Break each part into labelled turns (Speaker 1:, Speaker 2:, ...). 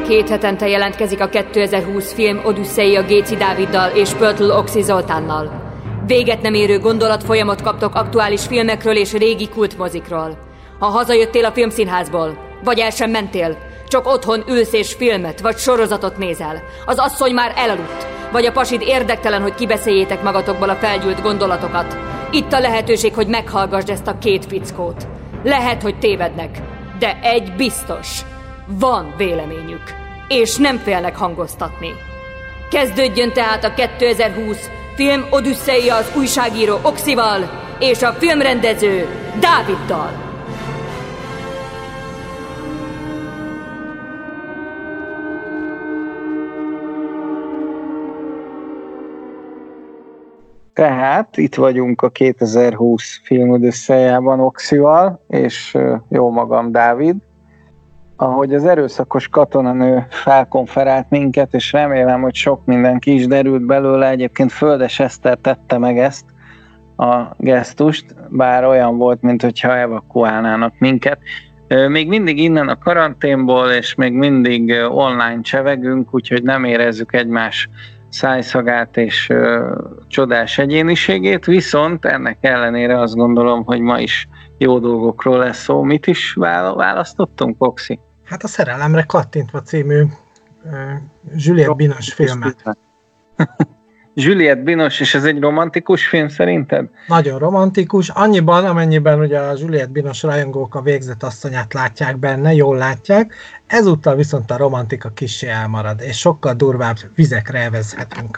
Speaker 1: 2 hetente jelentkezik a 2020 film Odüsszei a Géci Dáviddal és Pörtl Oxi Zoltánnal. Véget nem érő gondolatfolyamot kaptok aktuális filmekről és régi kultmozikról. Ha hazajöttél a filmszínházból, vagy el sem mentél, csak otthon ülsz és filmet vagy sorozatot nézel, az asszony már elaludt, vagy a pasid érdektelen, hogy kibeszéljétek magatokból a felgyűlt gondolatokat, itt a lehetőség, hogy meghallgassd ezt a 2 fickót. Lehet, hogy tévednek, de egy biztos. Van véleményük, és nem félnek hangoztatni. Kezdődjön tehát a 2020 film Odüsszeia az újságíró Oxival és a filmrendező Dáviddal.
Speaker 2: Tehát itt vagyunk a 2020 film Odüsszeiában Oxival, és jó magam Dávid. Ahogy az erőszakos katonanő felkonferált minket, és remélem, hogy sok minden ki is derült belőle, egyébként Földes Eszter tette meg ezt a gesztust, bár olyan volt, mintha evakuálnának minket. Még mindig innen a karanténból, és még mindig online csevegünk, úgyhogy nem érezzük egymás szájszagát és csodás egyéniségét, viszont ennek ellenére azt gondolom, hogy ma is jó dolgokról lesz szó. Mit is választottunk, Oxi?
Speaker 3: Hát a Szerelemre kattintva című Juliette Binoche filmet.
Speaker 2: Juliette Binoche, és ez egy romantikus film szerinted?
Speaker 3: Nagyon romantikus, annyiban, amennyiben ugye a Juliette Binoche rajongók a végzett asszonyát látják benne, jól látják, ezúttal viszont a romantika kissé elmarad, és sokkal durvább vizekre elvezhetünk.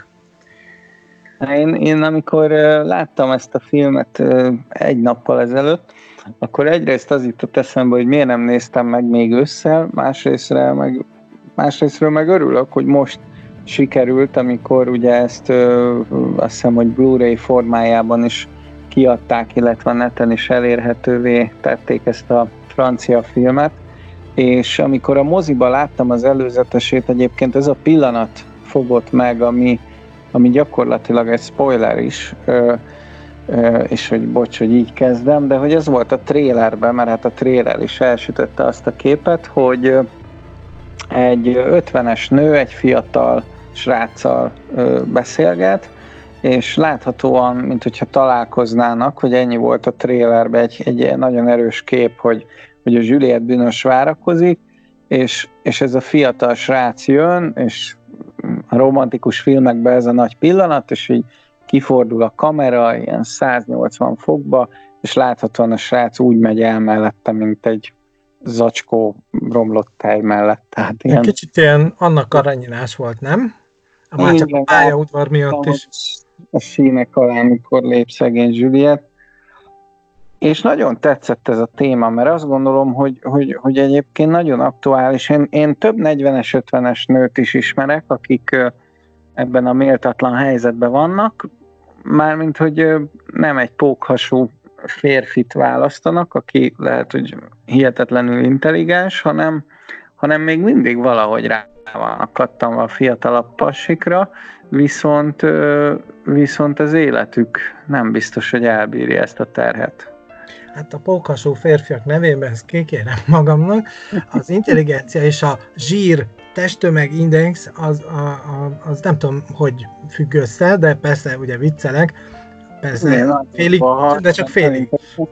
Speaker 2: Én amikor láttam ezt a filmet egy nappal ezelőtt, akkor egyrészt az jutott eszembe, hogy miért nem néztem meg még ősszel, másrésztről meg örülök, hogy most sikerült, amikor ugye ezt azt hiszem, hogy Blu-ray formájában is kiadták, illetve neten is elérhetővé tették ezt a francia filmet, és amikor a moziba láttam az előzetesét, egyébként ez a pillanat fogott meg, ami gyakorlatilag egy spoiler is, és hogy bocs, hogy így kezdem, de hogy ez volt a trélerben, mert hát a tréler is elsütötte azt a képet, hogy egy 50-es nő egy fiatal sráccal beszélget, és láthatóan, mint hogyha találkoznának, hogy ennyi volt a trélerben, egy nagyon erős kép, hogy a Juliette Binoche várakozik, és ez a fiatal srác jön, és a romantikus filmekben ez a nagy pillanat, és így kifordul a kamera ilyen 180 fokba, és láthatóan a srác úgy megy el mellette, mint egy zacskó romlott tej mellett. Tehát ilyen...
Speaker 3: Kicsit ilyen Anna Karenina-s volt, nem? Már csak a pályaudvar miatt is.
Speaker 2: A sínek alá, amikor lép szegény Juliette. És nagyon tetszett ez a téma, mert azt gondolom, hogy egyébként nagyon aktuális. Én több 40-es, 50-es nőt is ismerek, akik ebben a méltatlan helyzetben vannak, mármint, hogy nem egy pókhasú férfit választanak, aki lehet, hogy hihetetlenül intelligens, hanem még mindig valahogy rá vannak kattanva a fiatalabb passikra, viszont az életük nem biztos, hogy elbírja ezt a terhet.
Speaker 3: Hát a pókhasú férfiak nevében ezt kikérem magamnak. Az intelligencia és a zsír testtömegindex az nem tudom, hogy függ össze, de persze ugye viccelek, persze félig, de csak félig.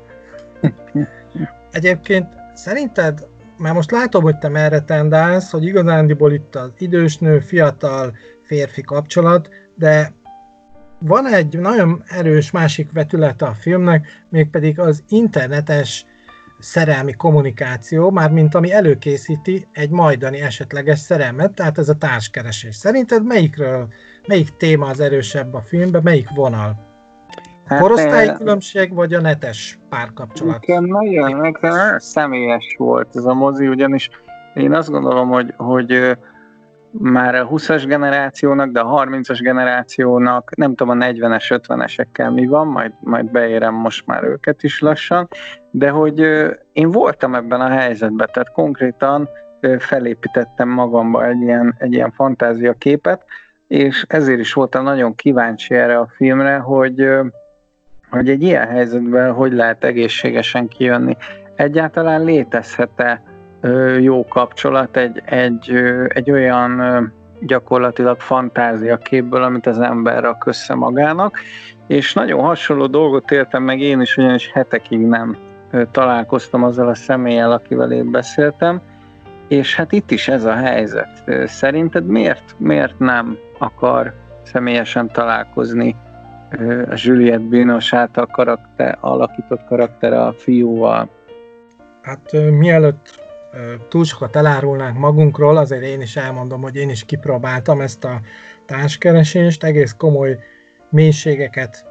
Speaker 3: Egyébként szerinted, már most látom, hogy te merre tendálsz, hogy igazándiból itt az idős nő, fiatal férfi kapcsolat, de van egy nagyon erős másik vetülete a filmnek, mégpedig az internetes szerelmi kommunikáció, mármint ami előkészíti egy majdani esetleges szerelmet, tehát ez a társkeresés. Szerinted melyik téma az erősebb a filmben, melyik vonal? A korosztályi különbség, vagy a netes párkapcsolat?
Speaker 2: Nekem nagyon személyes volt ez a mozi, ugyanis én azt gondolom, hogy már a 20-as generációnak, de a 30-as generációnak, nem tudom a 40-es, 50-esekkel mi van, majd beérem most már őket is lassan, de hogy én voltam ebben a helyzetben, tehát konkrétan felépítettem magamba egy ilyen fantáziaképet, és ezért is voltam nagyon kíváncsi erre a filmre, hogy egy ilyen helyzetben hogy lehet egészségesen kijönni. Egyáltalán létezhet-e jó kapcsolat, egy olyan gyakorlatilag fantáziaképből, amit az ember rak össze magának, és nagyon hasonló dolgot éltem meg én is, ugyanis hetekig nem találkoztam azzal a személlyel, akivel én beszéltem, és hát itt is ez a helyzet. Szerinted miért nem akar személyesen találkozni a Juliette Binoche által alakított karaktere a fiúval?
Speaker 3: Hát mielőtt túl sokat elárulnánk magunkról, azért én is elmondom, hogy én is kipróbáltam ezt a társkeresést, egész komoly mélységeket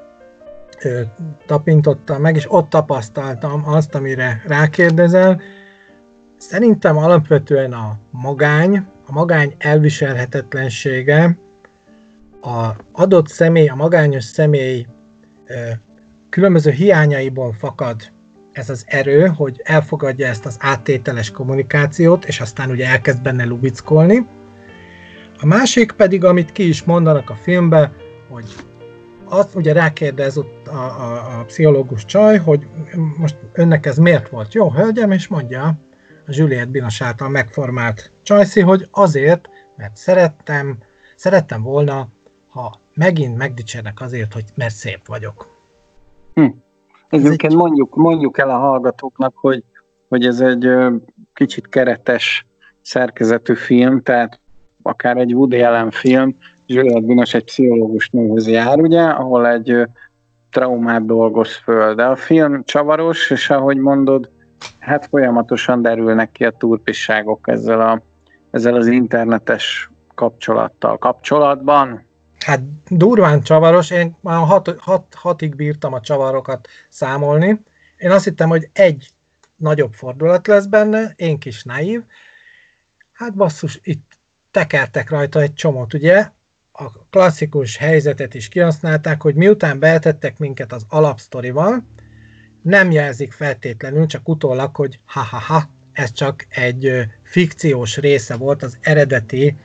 Speaker 3: tapintottam meg, és ott tapasztaltam azt, amire rákérdezel. Szerintem alapvetően a magány elviselhetetlensége, a adott személy, a magányos személy különböző hiányaiból fakad ez az erő, hogy elfogadja ezt az áttételes kommunikációt, és aztán ugye elkezd benne lubickolni. A másik pedig, amit ki is mondanak a filmben, hogy azt ugye rákérdez ott a pszichológus csaj, hogy most önnek ez miért volt jó, hölgyem, és mondja a Juliette Binoche által megformált csajszi, hogy azért, mert szerettem volna, ha megint megdicsérnek azért, mert szép vagyok.
Speaker 2: Egyébként mondjuk el a hallgatóknak, hogy ez egy kicsit keretes szerkezetű film, tehát akár egy Woody Allen film, Juliette Binoche egy pszichológus nőhöz jár, ugye, ahol egy traumát dolgoz föl, de a film csavaros, és ahogy mondod, hát folyamatosan derülnek ki a turpisságok ezzel az internetes kapcsolatban.
Speaker 3: Hát durván csavaros, én már hatig bírtam a csavarokat számolni. Én azt hittem, hogy egy nagyobb fordulat lesz benne, én kis naív. Hát basszus, itt tekertek rajta egy csomót, ugye? A klasszikus helyzetet is kihasználták, hogy miután beeltettek minket az alapsztorival, nem jelzik feltétlenül, csak utólag, hogy ha-ha-ha, ez csak egy fikciós része volt az eredetinek,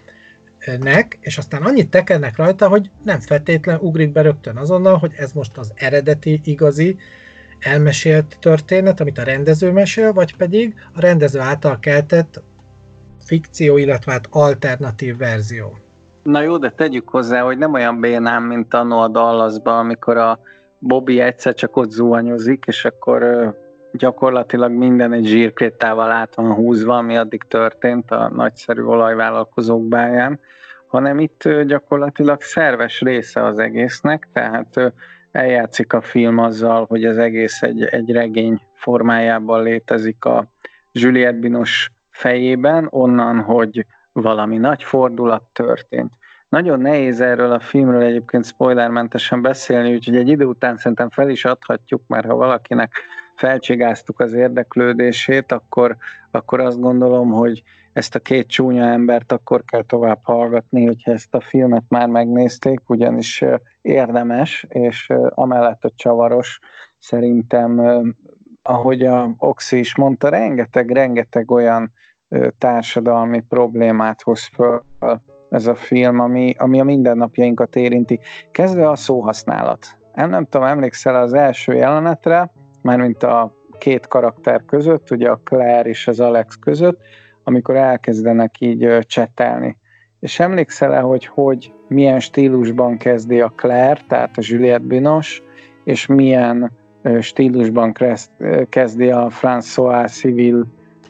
Speaker 3: és aztán annyit tekernek rajta, hogy nem feltétlenül ugrik be rögtön azonnal, hogy ez most az eredeti, igazi, elmesélt történet, amit a rendező mesél, vagy pedig a rendező által keltett fikció, illetve hát alternatív verzió.
Speaker 2: Na jó, de tegyük hozzá, hogy nem olyan bénám, mint annó a Dallasban, amikor a Bobby egyszer csak ott zuhanyozik, és akkor gyakorlatilag minden egy zsírkrétával át van húzva, ami addig történt a nagyszerű olajvállalkozók báján, hanem itt gyakorlatilag szerves része az egésznek, tehát eljátszik a film azzal, hogy az egész egy regény formájában létezik a Juliette Binoche fejében, onnan, hogy valami nagy fordulat történt. Nagyon nehéz erről a filmről egyébként spoilermentesen beszélni, úgyhogy egy idő után szerintem fel is adhatjuk, mert ha valakinek felcsigáztuk az érdeklődését, akkor azt gondolom, hogy ezt a két csúnya embert akkor kell tovább hallgatni, hogyha ezt a filmet már megnézték, ugyanis érdemes, és amellett a csavaros, szerintem, ahogy a Oxy is mondta, rengeteg olyan társadalmi problémát hoz föl ez a film, ami a mindennapjainkat érinti. Kezdve a szóhasználat. Nem tudom, emlékszel az első jelenetre, mármint a két karakter között, ugye a Claire és az Alex között, amikor elkezdenek így csetelni. És emlékszel-e, hogy milyen stílusban kezdi a Claire, tehát a Juliette Binoche, és milyen stílusban kezdi a François Civil,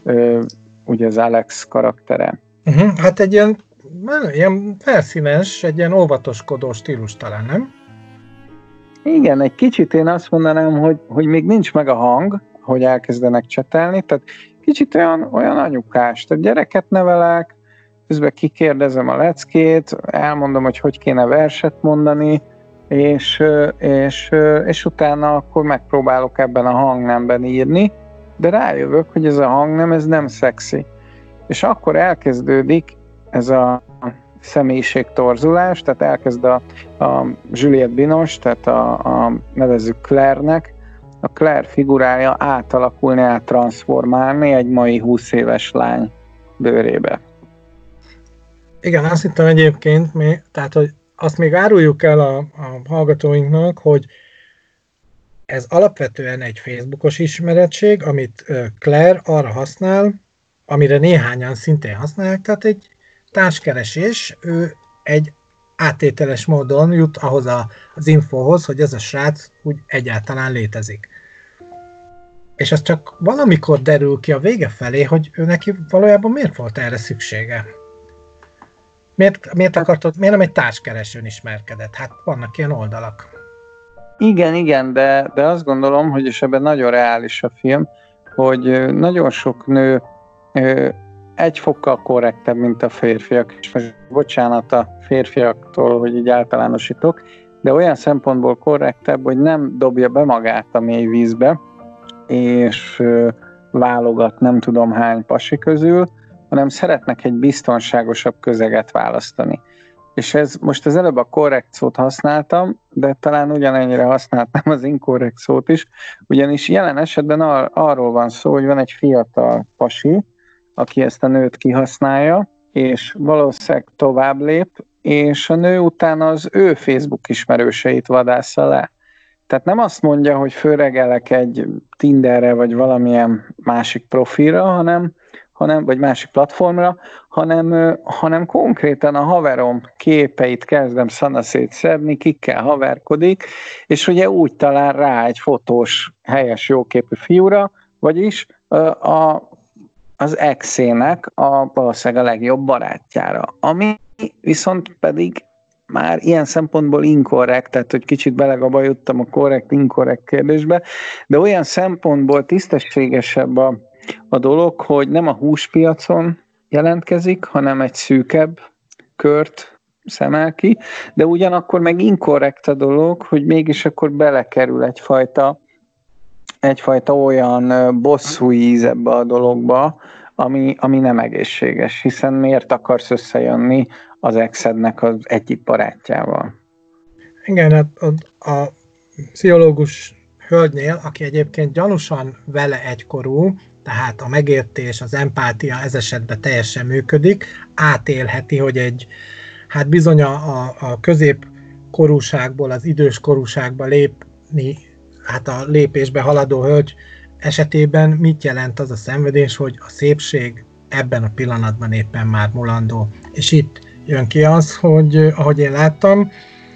Speaker 2: ugye az Alex karaktere?
Speaker 3: Hát egy ilyen felszínes, egy ilyen óvatoskodó stílus talán, nem?
Speaker 2: Igen, egy kicsit én azt mondanám, hogy még nincs meg a hang, hogy elkezdenek csetelni, tehát kicsit olyan anyukás, tehát gyereket nevelek, közben kikérdezem a leckét, elmondom, hogy kéne verset mondani, és utána akkor megpróbálok ebben a hangnemben írni, de rájövök, hogy ez a hangnem, ez nem szexi. És akkor elkezdődik ez a személyiségtorzulás, tehát elkezd a Juliette Binoche, tehát a nevezzük Claire-nek, a Claire figurája átalakulni, áttranszformálni egy mai 20 éves lány bőrébe.
Speaker 3: Igen, azt hittem egyébként, tehát hogy azt még áruljuk el a hallgatóinknak, hogy ez alapvetően egy Facebookos ismeretség, amit Claire arra használ, amire néhányan szintén használják, tehát egy társkeresés, ő egy áttételes módon jut ahhoz az infohoz, hogy ez a srác úgy egyáltalán létezik. És az csak valamikor derül ki a vége felé, hogy ő neki valójában miért volt erre szüksége. Miért nem egy társkeresőn ismerkedett? Hát vannak ilyen oldalak.
Speaker 2: Igen, de azt gondolom, hogy és ebben nagyon reális a film, hogy nagyon sok nő egy fokkal korrektebb, mint a férfiak, és most bocsánat a férfiaktól, hogy így általánosítok, de olyan szempontból korrektebb, hogy nem dobja be magát a mély vízbe, és válogat nem tudom hány pasi közül, hanem szeretnek egy biztonságosabb közeget választani. És ez most az előbb a korrekt szót használtam, de talán ugyanennyire használtam az inkorrekt szót is, ugyanis jelen esetben arról van szó, hogy van egy fiatal pasi, aki ezt a nőt kihasználja, és valószínűleg tovább lép, és a nő utána az ő Facebook ismerőseit vadásza le. Tehát nem azt mondja, hogy fölregelek egy Tinderre, vagy valamilyen másik profilra, vagy másik platformra, hanem konkrétan a haverom képeit kezdem szanaszét szedni, kikkel haverkodik, és ugye úgy talál rá egy fotós, helyes, jóképű fiúra, vagyis az exének valószínűleg a legjobb barátjára, ami viszont pedig már ilyen szempontból inkorrekt, tehát hogy kicsit belegabajodtam a korrekt-inkorrekt kérdésbe, de olyan szempontból tisztességesebb a dolog, hogy nem a húspiacon jelentkezik, hanem egy szűkebb kört szemel ki, de ugyanakkor meg inkorrekt a dolog, hogy mégis akkor belekerül egyfajta olyan bosszú íz ebbe a dologba, ami nem egészséges, hiszen miért akarsz összejönni az exednek az egyik barátjával?
Speaker 3: Igen, hát a pszichológus hölgynél, aki egyébként gyanúsan vele egykorú, tehát a megértés, az empátia ez esetben teljesen működik, átélheti, hogy hát bizony a középkorúságból az idős korúságba lépni, hát a lépésbe haladó hölgy esetében mit jelent az a szenvedés, hogy a szépség ebben a pillanatban éppen már mulandó. És itt jön ki az, hogy ahogy én láttam,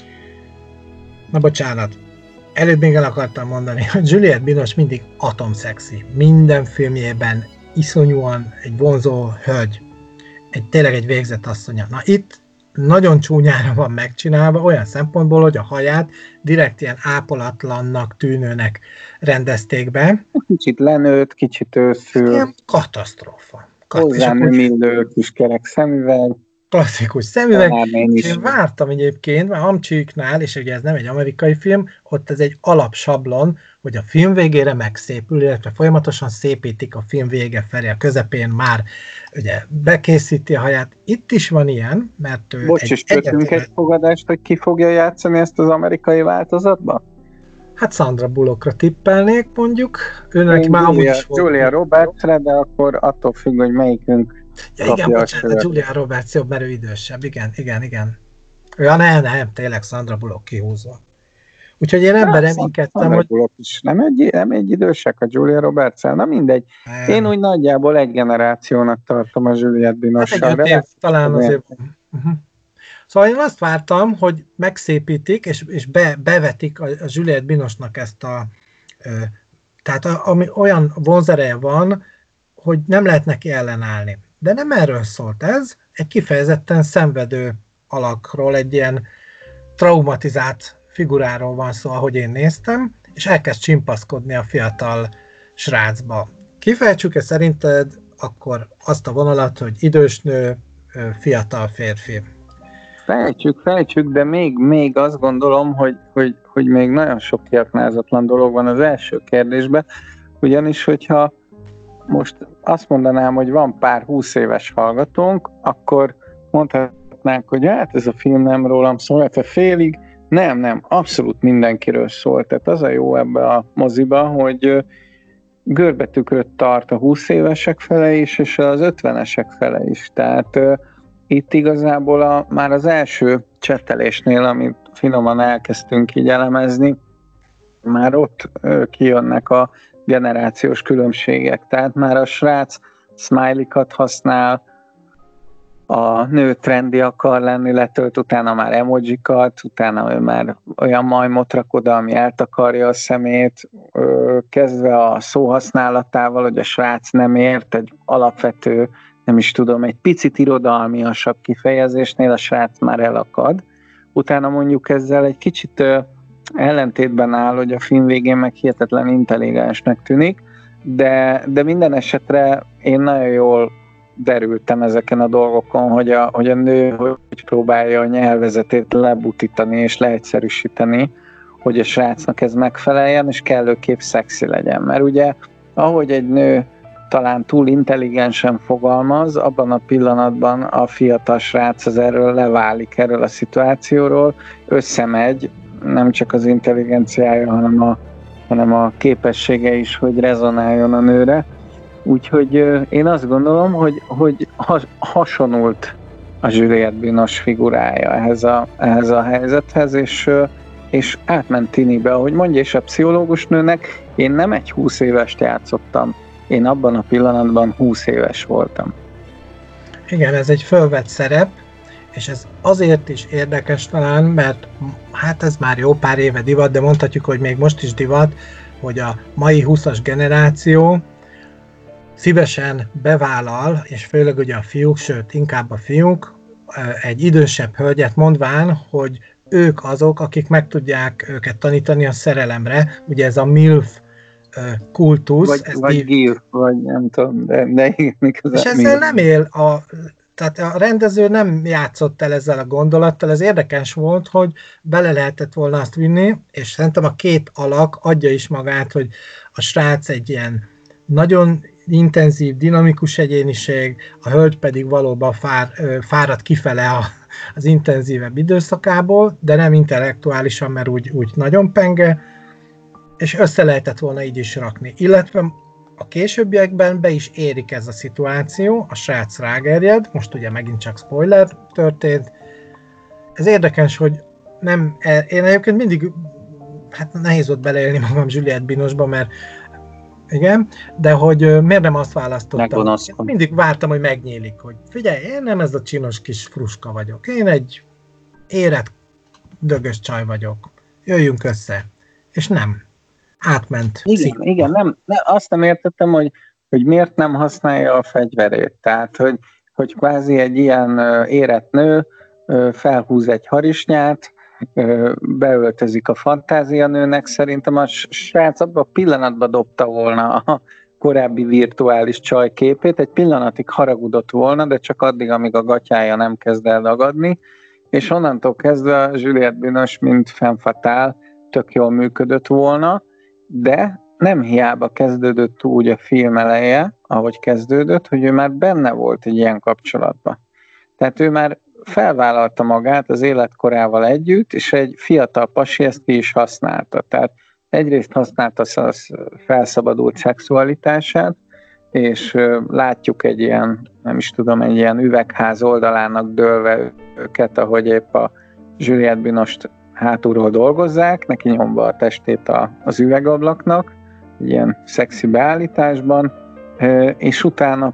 Speaker 3: na bocsánat, előbb még el akartam mondani, hogy Juliette Binoche mindig atomszexi. Minden filmjében iszonyúan egy vonzó hölgy. Tényleg egy végzett asszonya. Na itt nagyon csúnyára van megcsinálva, olyan szempontból, hogy a haját direkt ilyen ápolatlannak tűnőnek rendezték be.
Speaker 2: Kicsit lenőtt, kicsit őszül.
Speaker 3: Ilyen katasztrófa.
Speaker 2: Hozzá nem illő kis kerek szemüveg.
Speaker 3: Klasszikus szemüveg, és én vártam egyébként, már Amcsíknál, és ugye ez nem egy amerikai film, ott ez egy alapsablon, hogy a film végére megszépül, illetve folyamatosan szépítik a film vége felé, a közepén már ugye bekészíti a haját. Itt is van ilyen, mert ő
Speaker 2: és kötünk egy fogadást, hogy ki fogja játszani ezt az amerikai változatba?
Speaker 3: Hát Sandra Bullockra tippelnék, mondjuk. Őnek már amúgy is volt.
Speaker 2: Julia Robertsre, de akkor attól függ, hogy melyikünk.
Speaker 3: Ja, igen, bocsánat, Julia Roberts jobb, mert ő idősebb, igen. Ja, nem, tényleg Sandra Bullock kihúzva. Úgyhogy én ebben reménykedtem, hogy...
Speaker 2: Nem egy idősek a Julia Roberts-el, na mindegy. Nem. Én úgy nagyjából egy generációnak tartom a Juliette Binoche-sal.
Speaker 3: Hát talán azért... Szóval én azt vártam, hogy megszépítik, és bevetik a Juliette Binoche-nak ezt tehát ami olyan vonzereje van, hogy nem lehet neki ellenállni. De nem erről szólt ez, egy kifejezetten szenvedő alakról, egy ilyen traumatizált figuráról van szó, ahogy én néztem, és elkezd csimpaszkodni a fiatal srácba. Kifejtsük-e szerinted akkor azt a vonalat, hogy idős nő, fiatal férfi?
Speaker 2: Fejtsük, de még azt gondolom, hogy még nagyon sok kiaknázatlan dolog van az első kérdésben, ugyanis, hogyha most azt mondanám, hogy van pár 20 éves hallgatónk, akkor mondhatnánk, hogy hát ez a film nem rólam szól, hát félig. Nem, abszolút mindenkiről szól. Tehát az a jó ebbe a moziba, hogy görbetükröt tart a 20 évesek fele is, és az 50-esek fele is. Tehát itt igazából már az első csettelésnél, amit finoman elkezdtünk így elemezni, már ott kijönnek a generációs különbségek. Tehát már a srác smiley-kat használ, a nő trendi akar lenni, letölt utána már emojikat, utána ő már olyan majmot rak oda, ami eltakarja a szemét, kezdve a szóhasználatával, hogy a srác nem ért egy alapvető, nem is tudom, egy picit irodalmiasabb kifejezésnél a srác már elakad. Utána mondjuk ezzel egy kicsit ellentétben áll, hogy a film végén meg hihetetlen intelligensnek tűnik, de minden esetre én nagyon jól derültem ezeken a dolgokon, hogy a nő hogy próbálja a nyelvezetét lebutítani és leegyszerűsíteni, hogy a srácnak ez megfeleljen, és kellőképp szexi legyen. Mert ugye, ahogy egy nő talán túl intelligensen fogalmaz, abban a pillanatban a fiatal srác az erről leválik, erről a szituációról, összemegy, nem csak az intelligenciája, hanem a képessége is, hogy rezonáljon a nőre. Úgyhogy én azt gondolom, hogy hasonult a Juliette Binoche figurája ehhez a helyzethez, és átment tinibe, ahogy mondja, és a pszichológus nőnek én nem egy 20 évest játszottam, én abban a pillanatban 20 éves voltam.
Speaker 3: Igen, ez egy fölvett szerep, és ez azért is érdekes talán, mert hát ez már jó pár éve divat, de mondhatjuk, hogy még most is divat, hogy a mai 20-as generáció szívesen bevállal, és főleg ugye a fiúk, sőt inkább a fiúk, egy idősebb hölgyet mondván, hogy ők azok, akik meg tudják őket tanítani a szerelemre, ugye ez a MILF kultusz.
Speaker 2: Vagy GILF, vagy nem tudom, de igen, igazán.
Speaker 3: És ezzel nem él tehát a rendező nem játszott el ezzel a gondolattal, ez érdekes volt, hogy bele lehetett volna azt vinni, és szerintem a két alak adja is magát, hogy a srác egy ilyen nagyon intenzív, dinamikus egyéniség, a hölgy pedig valóban fárad kifele az intenzívebb időszakából, de nem intellektuálisan, mert úgy nagyon penge, és össze lehetett volna így is rakni. Illetve a későbbiekben be is érik ez a szituáció, a srác rágerjed, most ugye megint csak spoiler történt. Ez érdekes, hogy nem, én egyébként mindig, hát nehéz volt beleélni magam Juliette Binoche-ba, mert igen, de hogy miért nem azt választottam? Mindig vártam, hogy megnyílik, hogy figyelj, én nem ez a csinos kis fruska vagyok, én egy érett dögös csaj vagyok, jöjjünk össze. És nem. Átment.
Speaker 2: Igen, nem, azt nem értettem, hogy miért nem használja a fegyverét. Tehát, hogy kvázi egy ilyen érett nő felhúz egy harisnyát, beöltözik a fantázianőnek, szerintem a srác abban a pillanatban dobta volna a korábbi virtuális csaj képét, egy pillanatig haragudott volna, de csak addig, amíg a gatyája nem kezd el dagadni, és onnantól kezdve a Juliette Binoche, mint femme fatale, tök jól működött volna, de nem hiába kezdődött úgy a film eleje, ahogy kezdődött, hogy ő már benne volt egy ilyen kapcsolatban. Tehát ő már felvállalta magát az életkorával együtt, és egy fiatal pasi ezt ki is használta. Tehát egyrészt használta a felszabadult szexualitását, és látjuk egy ilyen, nem is tudom, egy ilyen üvegház oldalának dőlve őket, ahogy épp a Juliette Binoche-t hátulról dolgozzák, neki nyomva a testét az üvegablaknak, egy ilyen szexi beállításban, és utána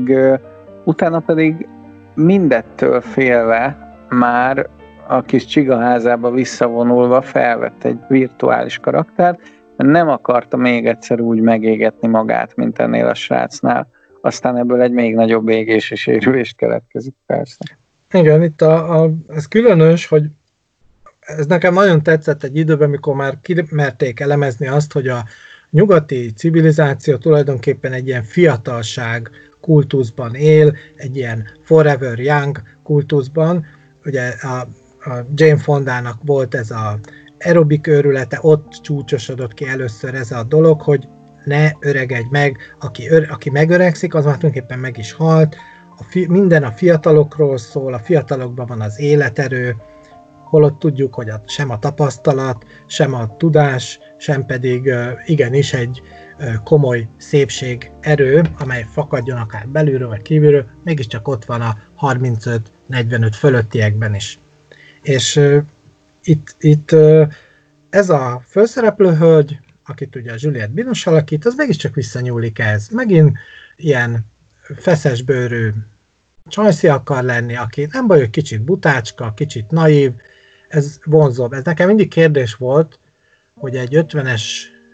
Speaker 2: pedig mindettől félve már a kis csigaházába visszavonulva felvett egy virtuális karaktert, nem akarta még egyszer úgy megégetni magát, mint ennél a srácnál. Aztán ebből egy még nagyobb égés és érülést keletkezik, persze.
Speaker 3: Igen, itt ez különös, hogy ez nekem nagyon tetszett egy időben, mikor már kimerték elemezni azt, hogy a nyugati civilizáció tulajdonképpen egy ilyen fiatalság kultuszban él, egy ilyen forever young kultuszban. Ugye a Jane Fondának volt ez az aerobik őrülete, ott csúcsosodott ki először ez a dolog, hogy ne öregedj meg, aki megöregszik, az már tulajdonképpen meg is halt. Minden a fiatalokról szól, a fiatalokban van az életerő, holott tudjuk, hogy sem a tapasztalat, sem a tudás, sem pedig igenis egy komoly szépség erő, amely fakadjon akár belülről vagy kívülről, mégiscsak ott van a 35-45 fölöttiekben is. És itt ez a főszereplő hölgy, akit ugye a Juliette Binoche alakít, az mégiscsak visszanyúlik ez. Megint ilyen feszesbőrű csajszi akar lenni, aki nem baj, hogy kicsit butácska, kicsit naív, ez vonzóbb. Ez nekem mindig kérdés volt, hogy egy 50-es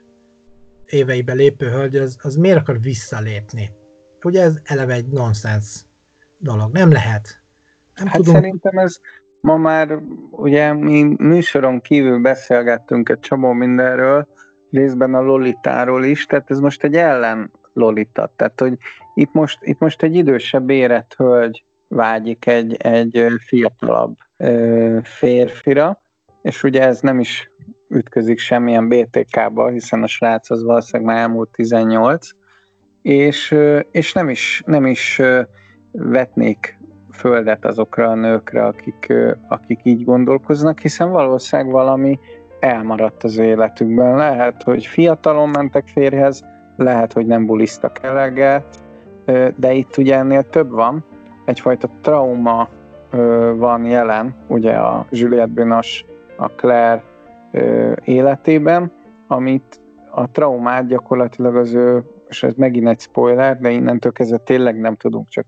Speaker 3: éveibe lépő hölgy, az miért akar visszalépni? Ugye ez eleve egy nonsens dolog. Nem lehet. Nem
Speaker 2: hát
Speaker 3: tudunk...
Speaker 2: szerintem ez ma már, ugye mi műsoron kívül beszélgettünk egy csomó mindenről, részben a Lolitáról is, tehát ez most egy ellen Lolita. Tehát, hogy itt most egy idősebb érett hölgy vágyik egy fiatalabb férfira, és ugye ez nem is ütközik semmilyen BTK-ba, hiszen a srác az valószínűleg már elmúlt 18, és nem is vetnék földet azokra a nőkre, akik így gondolkoznak, hiszen valószínűleg valami elmaradt az életükben. Lehet, hogy fiatalon mentek férjhez, lehet, hogy nem bulisztak eleget, de itt ugye ennél több van. Egyfajta trauma van jelen, ugye a Juliette Binoche, a Claire életében, amit a traumát gyakorlatilag az ő, és ez megint egy spoiler, de innentől kezdve tényleg nem tudunk csak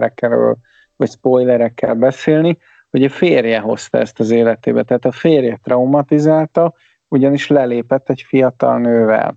Speaker 2: spoilerekkel beszélni, hogy a férje hozta ezt az életébe, tehát a férje traumatizálta, ugyanis lelépett egy fiatal nővel.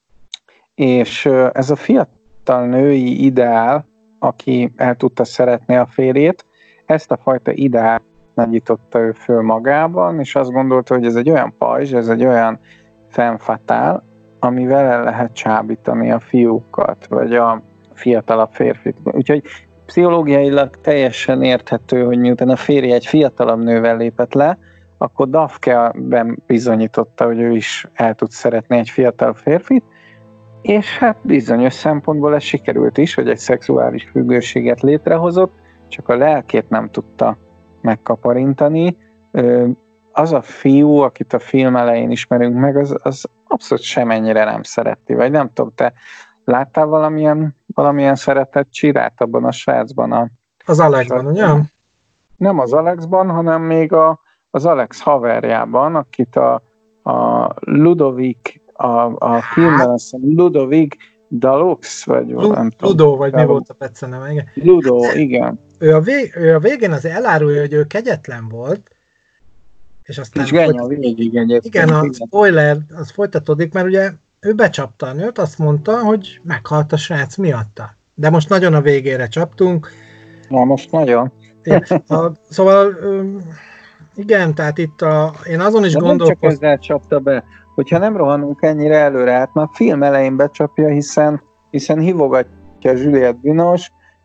Speaker 2: És ez a fiatal női ideál, aki el tudta szeretni a férjét, ezt a fajta ideált nagyította ő föl magában, és azt gondolta, hogy ez egy olyan pajzs, ez egy olyan femme fatale, amivel el lehet csábítani a fiúkat, vagy a fiatalabb férfit. Úgyhogy pszichológiailag teljesen érthető, hogy miután a férje egy fiatalabb nővel lépett le, akkor Dafke-ben bizonyította, hogy ő is el tud szeretni egy fiatal férfit, és hát bizonyos szempontból ez sikerült is, hogy egy szexuális függőséget létrehozott, csak a lelkét nem tudta megkaparintani. Az a fiú, akit a film elején ismerünk meg, az abszolút semennyire nem szereti, vagy nem tudom, te láttál valamilyen szeretett csirát abban a srácban?
Speaker 3: Az Alexban, ugye?
Speaker 2: Nem az Alexban, hanem még az Alex haverjában, akit a Ludovic, a filmben azt hiszem Ludovic Dalux, vagy nem tudom.
Speaker 3: Ludo, vagy mi volt a pecceneve, igen.
Speaker 2: Ludo, igen.
Speaker 3: Ő a végén az elárulja, hogy ő kegyetlen volt, és aztán...
Speaker 2: És a végig egyébként.
Speaker 3: Igen, a spoiler, az folytatódik, mert ugye ő becsapta a nőt, azt mondta, hogy meghalt a srác miatta. De most nagyon a végére csaptunk.
Speaker 2: Na, most nagyon.
Speaker 3: Szóval, igen, tehát itt én azon is gondolkozom...
Speaker 2: Nem csak ezzel csapta be, hogyha nem rohanunk ennyire előre, hát már film elején becsapja, hiszen hívogatja Juliette Binoche,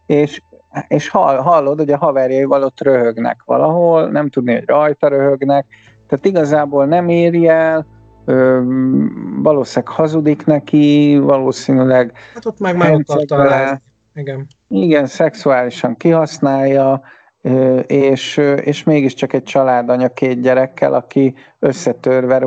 Speaker 2: és hallod, hogy a haverjaival ott röhögnek valahol, nem tudni, hogy rajta röhögnek, tehát igazából nem éri el, valószínűleg hazudik neki, valószínűleg
Speaker 3: hát ott meg akarta.
Speaker 2: Igen, szexuálisan kihasználja, és mégiscsak egy családanya 2 gyerekkel, aki összetörve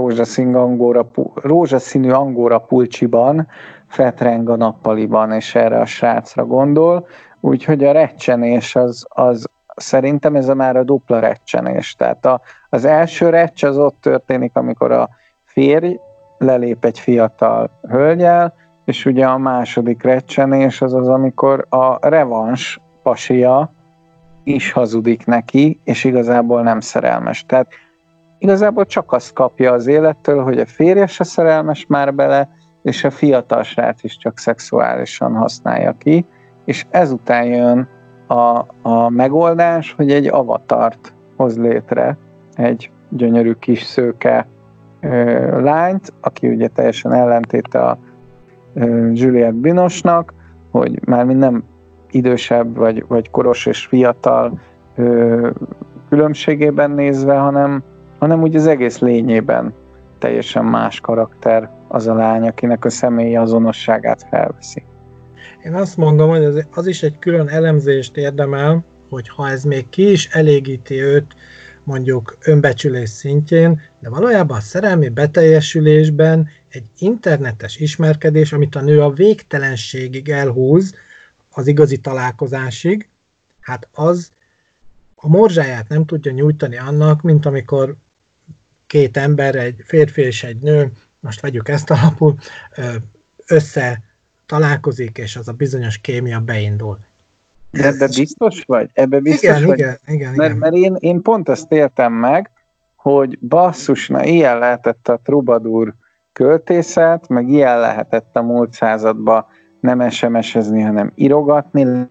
Speaker 2: rózsaszínű angóra pulcsiban fetreng a nappaliban, és erre a srácra gondol. Úgyhogy a recsenés az szerintem ez már a dupla recsenés. Tehát az első reccs az ott történik, amikor a férj lelép egy fiatal hölgyel, és ugye a második recsenés az, amikor a revans pasia is hazudik neki, és igazából nem szerelmes. Tehát igazából csak azt kapja az élettől, hogy a férje se szerelmes már bele, és a fiatal srác is csak szexuálisan használja ki, és ezután jön a megoldás, hogy egy avatart hoz létre, egy gyönyörű kis szőke lányt, aki ugye teljesen ellentéte a Juliette Binoche-nak, hogy már nem idősebb, vagy koros és fiatal különbségében nézve, hanem úgy az egész lényében teljesen más karakter az a lány, akinek a személyi azonosságát felveszi.
Speaker 3: Én azt mondom, hogy az is egy külön elemzést érdemel, hogy ha ez még ki is elégíti őt mondjuk önbecsülés szintjén, de valójában a szerelmi beteljesülésben egy internetes ismerkedés, amit a nő a végtelenségig elhúz, az igazi találkozásig, hát az a morzsáját nem tudja nyújtani annak, mint amikor 2 ember, egy férfi és egy nő, most vegyük ezt alapul, össze találkozik, és az a bizonyos kémia beindul.
Speaker 2: De biztos vagy? Ebbe biztos
Speaker 3: igen,
Speaker 2: vagy?
Speaker 3: Igen.
Speaker 2: Mert én pont ezt értem meg, hogy basszus, na ilyen lehetett a Troubadour költészet, meg ilyen lehetett a múlt században nem SMS-ezni, hanem írogatni.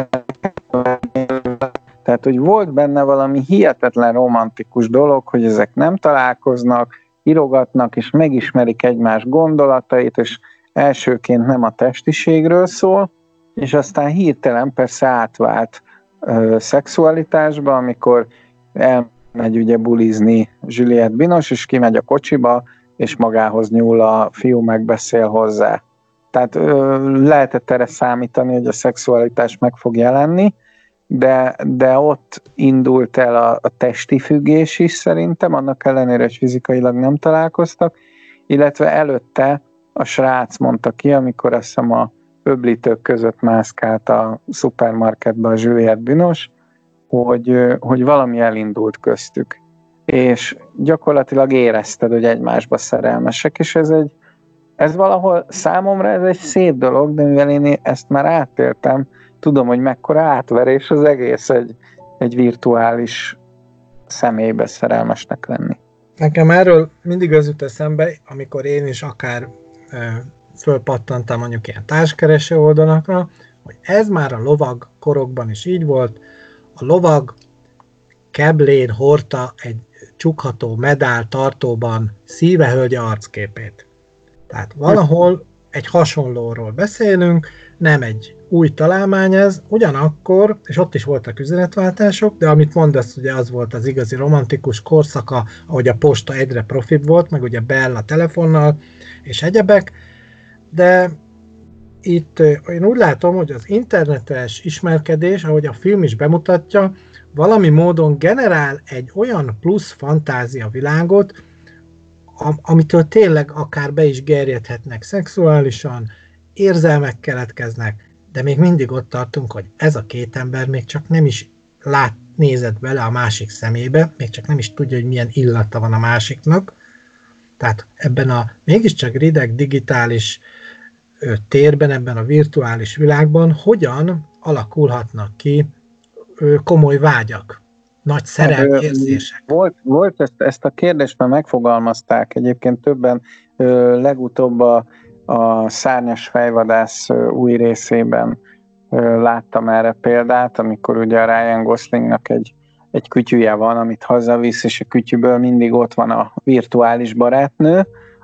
Speaker 2: Tehát, hogy volt benne valami hihetetlen romantikus dolog, hogy ezek nem találkoznak, írogatnak, és megismerik egymás gondolatait, és elsőként nem a testiségről szól, és aztán hirtelen persze átvált szexualitásba, amikor elmegy ugye bulizni Juliette Binoche, és kimegy a kocsiba, és magához nyúl, a fiú megbeszél hozzá. Tehát lehetett erre számítani, hogy a szexualitás meg fog jelenni, de ott indult el a testi függés is szerintem, annak ellenére, hogy fizikailag nem találkoztak, illetve előtte a srác mondta ki, amikor azt hiszem a öblítők között mászkált a szupermarketben a Juliette Binoche, hogy valami elindult köztük. És gyakorlatilag érezted, hogy egymásba szerelmesek, és ez valahol számomra ez egy szép dolog, de mivel én ezt már átéltem, tudom, hogy mekkora átverés az egész egy virtuális személybe szerelmesnek lenni.
Speaker 3: Nekem erről mindig az jut eszembe, amikor én is akár fölpattantam mondjuk ilyen társkereső oldalakra, hogy ez már a lovag korokban is így volt. A lovag keblén hordta egy csukható medál tartóban szívehölgye arcképét. Tehát valahol egy hasonlóról beszélünk, nem egy új találmány ez, ugyanakkor, és ott is voltak üzenetváltások, de amit mondasz, ugye az volt az igazi romantikus korszaka, ahogy a posta egyre profibb volt, meg ugye Bella telefonnal és egyebek, de itt én úgy látom, hogy az internetes ismerkedés, ahogy a film is bemutatja, valami módon generál egy olyan plusz fantázia világot, amitől tényleg akár be is gerjedhetnek szexuálisan, érzelmek keletkeznek, de még mindig ott tartunk, hogy ez a két ember még csak nem is nézett bele a másik szemébe, még csak nem is tudja, hogy milyen illata van a másiknak. Tehát ebben a mégiscsak rideg digitális térben, ebben a virtuális világban hogyan alakulhatnak ki komoly vágyak, nagy szerelmérzések.
Speaker 2: Volt ezt a kérdést már megfogalmazták egyébként többen, legutóbb a Szárnyas fejvadász új részében láttam erre példát, amikor ugye a Ryan Goslingnak egy kütyüje van, amit hazavisz, és a kütyűből mindig ott van a virtuális barátnő,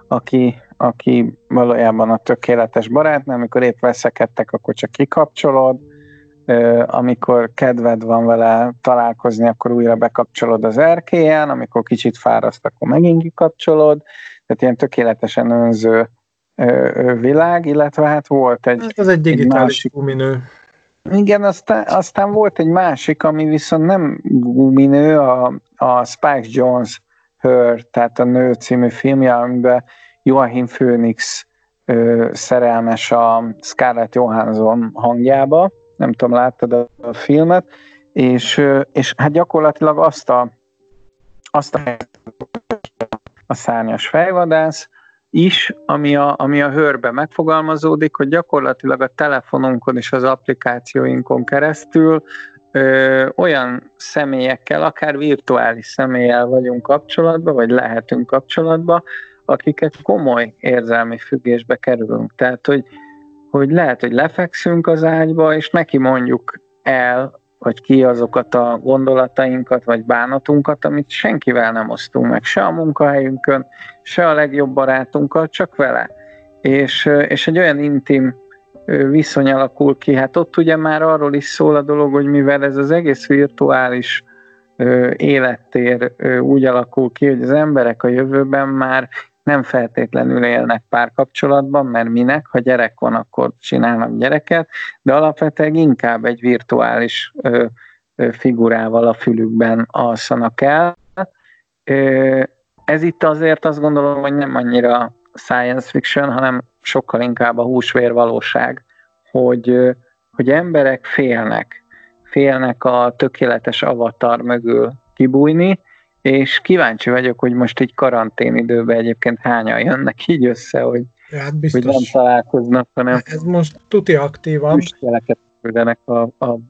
Speaker 2: aki valójában a tökéletes barátnő, amikor épp veszekedtek, akkor csak kikapcsolod, amikor kedved van vele találkozni, akkor újra bekapcsolod az erkélyen, amikor kicsit fáraszt, akkor megint kikapcsolod, tehát ilyen tökéletesen önző világ, illetve hát volt
Speaker 3: ez egy digitális guminő.
Speaker 2: Igen, aztán volt egy másik, ami viszont nem guminő, a Spike Jonze Her, tehát a Nő című filmje, amiben Joachim Phoenix szerelmes a Scarlett Johansson hangjába, nem tudom, láttad a filmet, és hát gyakorlatilag azt a Szárnyas fejvadász is, ami a Hörbe megfogalmazódik, hogy gyakorlatilag a telefonunkon és az applikációinkon keresztül olyan személyekkel, akár virtuális személlyel vagyunk kapcsolatban, vagy lehetünk kapcsolatban, akiket komoly érzelmi függésbe kerülünk. Tehát, hogy lehet, hogy lefekszünk az ágyba, és neki mondjuk el, vagy ki azokat a gondolatainkat, vagy bánatunkat, amit senkivel nem osztunk meg, se a munkahelyünkön, se a legjobb barátunkkal, csak vele. És egy olyan intim viszony alakul ki, hát ott ugye már arról is szól a dolog, hogy mivel ez az egész virtuális élettér úgy alakul ki, hogy az emberek a jövőben már nem feltétlenül élnek párkapcsolatban, mert minek, ha gyerek van, akkor csinálnak gyereket, de alapvetően inkább egy virtuális figurával a fülükben alszanak el. Ez itt azért azt gondolom, hogy nem annyira science fiction, hanem sokkal inkább a húsvér valóság, hogy emberek félnek a tökéletes avatar mögül kibújni, és kíváncsi vagyok, hogy most így karanténidőben egyébként hányan jönnek így össze, hogy hogy nem találkoznak, hanem
Speaker 3: ez most tuti aktívan.
Speaker 2: füstjeleket küldenek a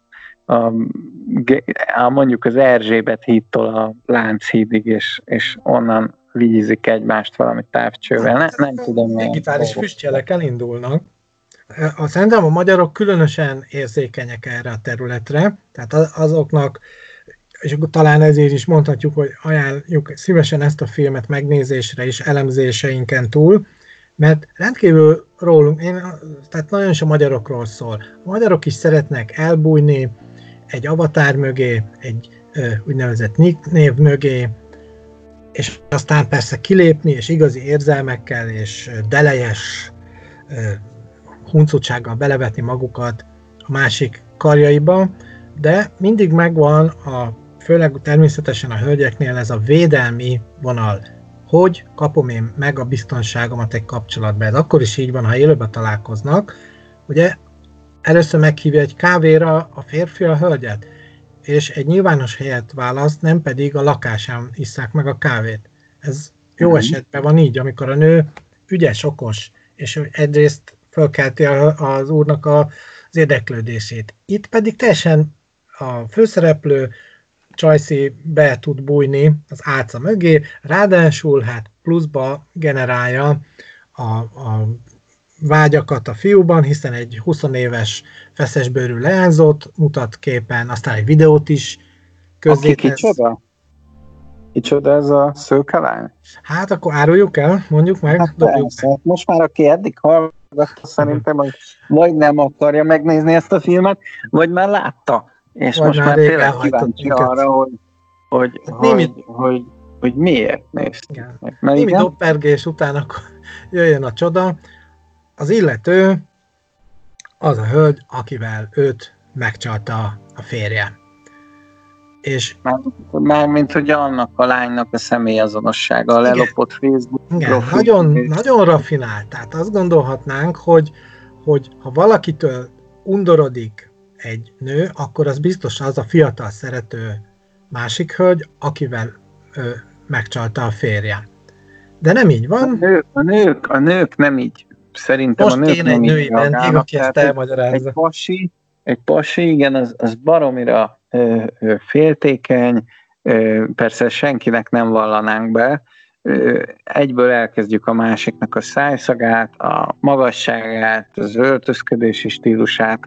Speaker 2: mondjuk az Erzsébet hídtól a Lánchídig, és onnan vízik egymást valami távcsővel. Nem tudom.
Speaker 3: Digitális füstjelekkel indulnak. Szerintem a magyarok különösen érzékenyek erre a területre, tehát azoknak, és talán ezért is mondhatjuk, hogy ajánljuk szívesen ezt a filmet megnézésre és elemzéseinken túl, mert rendkívül rólunk, tehát nagyon is a magyarokról szól. A magyarok is szeretnek elbújni egy avatár mögé, egy úgynevezett nicknév mögé, és aztán persze kilépni, és igazi érzelmekkel, és delejes huncutsággal belevetni magukat a másik karjaiba, de mindig megvan, főleg természetesen a hölgyeknél ez a védelmi vonal, hogy kapom én meg a biztonságomat egy kapcsolatban. Ez akkor is így van, ha élőben találkoznak. Ugye először meghívja egy kávéra a férfi a hölgyet, és egy nyilvános helyet választ, nem pedig a lakásán isszák meg a kávét. Ez jó esetben van így, amikor a nő ügyes, okos, és egyrészt fölkelti az úrnak az érdeklődését. Itt pedig teljesen a főszereplő Csajci be tud bújni az álca mögé, ráadásul hát pluszba generálja a vágyakat a fiúban, hiszen egy 20 éves feszesbőrű leányzót mutat képen, aztán egy videót is közzétesz.
Speaker 2: Kicsoda? Kicsoda ez a szőke lány?
Speaker 3: Hát akkor áruljuk el, mondjuk meg.
Speaker 2: Hát most már aki eddig hallgatta, szerintem, hogy vagy nem akarja megnézni ezt a filmet, vagy már látta. És vagy most már tényleg kíváncsi arra, hogy miért néztük.
Speaker 3: Némi doppergés után akkor jöjjön a csoda. Az illető az a hölgy, akivel őt megcsalta a férje. És
Speaker 2: mármint, hogy annak a lánynak a személyazonossága, a lelopott Facebook.
Speaker 3: Igen, nagyon rafinált. Tehát azt gondolhatnánk, hogy ha valakitől undorodik egy nő, akkor az biztos az a fiatal szerető másik hölgy, akivel megcsalta a férje. De nem így van.
Speaker 2: A nők nem így. Szerintem
Speaker 3: most
Speaker 2: a nők nem
Speaker 3: egy női vendég, aki ezt elmagyarázza.
Speaker 2: Egy pasi, igen, az baromira féltékeny, persze senkinek nem vallanánk be, egyből elkezdjük a másiknak a szájszagát, a magasságát, az öltözködési stílusát,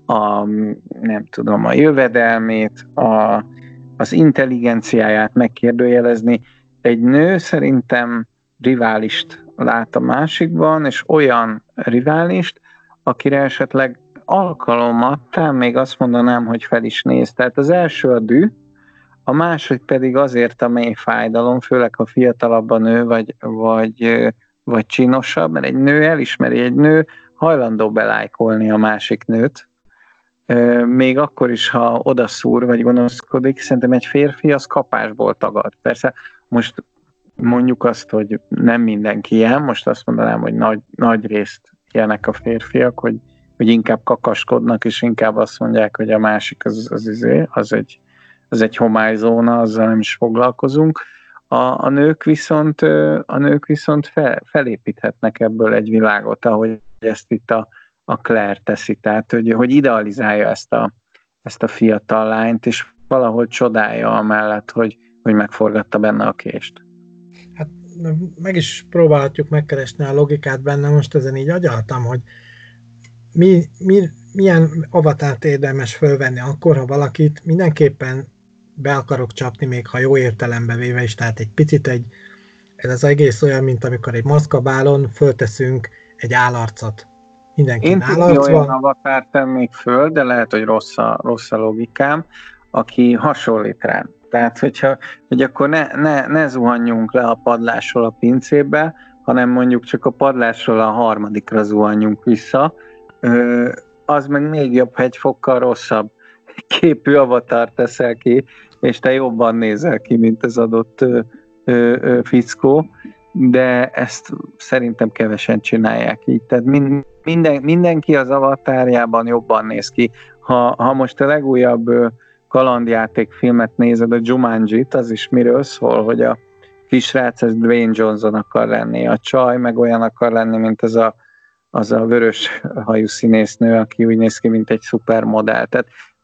Speaker 2: a jövedelmét, az intelligenciáját megkérdőjelezni. Egy nő szerintem riválist lát a másikban, és olyan riválist, akire esetleg alkalomattán még azt mondanám, hogy fel is néz. Tehát az első a dű, a második pedig azért a mély fájdalom, főleg ha fiatalabb a nő, vagy csinosabb, mert egy nő elismeri, egy nő hajlandó belájkolni a másik nőt, még akkor is, ha odaszúr, vagy gonoszkodik, szerintem egy férfi az kapásból tagad. Persze most mondjuk azt, hogy nem mindenki ilyen, most azt mondanám, hogy nagy részt ilyenek a férfiak, hogy inkább kakaskodnak, és inkább azt mondják, hogy a másik az egy homályzóna, azzal nem is foglalkozunk. A nők viszont felépíthetnek ebből egy világot, ahogy ezt itt a Claire teszi, tehát hogy idealizálja ezt a fiatal lányt, és valahol csodálja amellett, hogy megforgatta benne a kést.
Speaker 3: Hát meg is próbálhatjuk megkeresni a logikát benne, most ezen így agyaltam, hogy milyen avatárt érdemes fölvenni akkor, ha valakit mindenképpen be akarok csapni, még ha jó értelembe véve is, tehát egy picit ez az egész olyan, mint amikor egy maszkabálon fölteszünk egy állarcot. Mindenki állarc van.
Speaker 2: Olyan avatárt tennék föl, de lehet, hogy rossz a logikám, aki hasonlít rám. Tehát, hogy akkor ne zuhanjunk le a padlásról a pincébe, hanem mondjuk csak a padlásról a harmadikra zuhanjunk vissza, az meg még jobb, egy fokkal rosszabb képű avatar teszel ki, és te jobban nézel ki, mint az adott fickó, de ezt szerintem kevesen csinálják így. Tehát mindenki az avatárjában jobban néz ki. Ha most a legújabb kalandjátékfilmet nézed, a Jumanjit, az is miről szól, hogy a kisrác ez Dwayne Johnson akar lenni, a csaj meg olyan akar lenni, mint az a vörös hajú színésznő, aki úgy néz ki, mint egy szupermodell. Tehát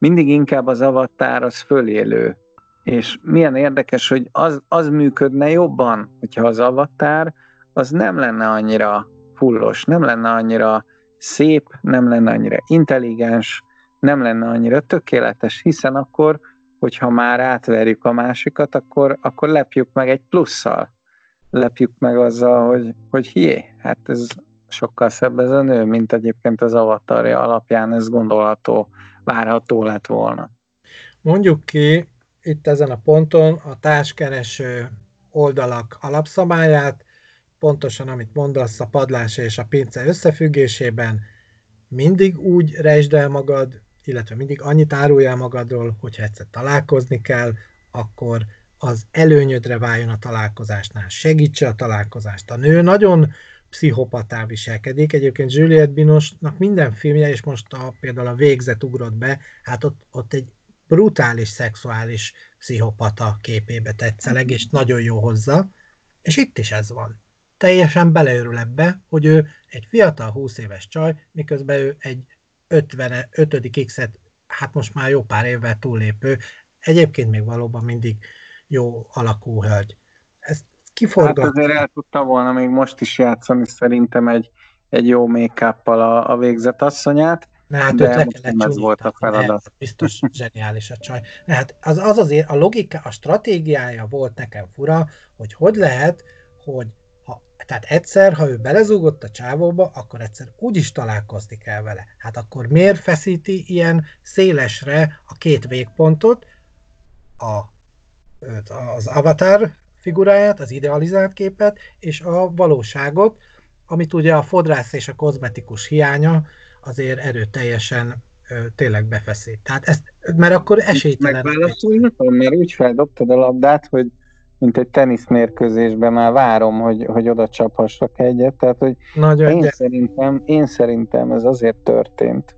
Speaker 2: mindig inkább az Avatar az fölélő. És milyen érdekes, hogy az működne jobban, hogyha az Avatar az nem lenne annyira fullos, nem lenne annyira szép, nem lenne annyira intelligens, nem lenne annyira tökéletes, hiszen akkor, hogyha már átverjük a másikat, akkor lepjük meg egy plusszal. Lepjük meg azzal, hogy hié, hát ez sokkal szebb ez a nő, mint egyébként az Avatarja alapján ez gondolható, várható lett volna.
Speaker 3: Mondjuk ki itt ezen a ponton a társkereső oldalak alapszabályát, pontosan amit mondasz a padlás és a pince összefüggésében, mindig úgy rejtsd el magad, illetve mindig annyit árulj el magadról, hogyha egyszer találkozni kell, akkor az előnyödre váljon a találkozásnál, segítse a találkozást. A nő nagyon pszichopatá viselkedik, egyébként Juliette Binoche-nak minden filmje, és most például a Végzet ugrott be, hát ott egy brutális szexuális pszichopata képébe tetszeleg, és nagyon jó hozzá, és itt is ez van. Teljesen beleörül ebbe, hogy ő egy fiatal 20 éves csaj, miközben ő egy 55. X-et, hát most már jó pár évvel túllépő, egyébként még valóban mindig jó alakú hölgy. Ezt kiforgat.
Speaker 2: Hát azért el tudta volna még most is játszani szerintem egy jó make-uppal a Végzet asszonyát,
Speaker 3: hát
Speaker 2: de ez volt a feladat.
Speaker 3: Biztos zseniális a csaj. Hát az azért a logika, a stratégiája volt nekem fura, hogy lehet, hogy tehát egyszer, ha ő belezúgott a csávóba, akkor egyszer úgyis találkozni kell vele. Hát akkor miért feszíti ilyen szélesre a két végpontot, az Avatar figuráját, az idealizált képet, és a valóságot, amit ugye a fodrász és a kozmetikus hiánya azért erőteljesen tényleg befeszít. Tehát mert akkor esélytelen.
Speaker 2: Megválaszolhatom, mert úgy feldobtad a labdát, hogy mint egy teniszmérkőzésben már várom, hogy oda csaphassak egyet. Tehát, hogy én szerintem ez azért történt,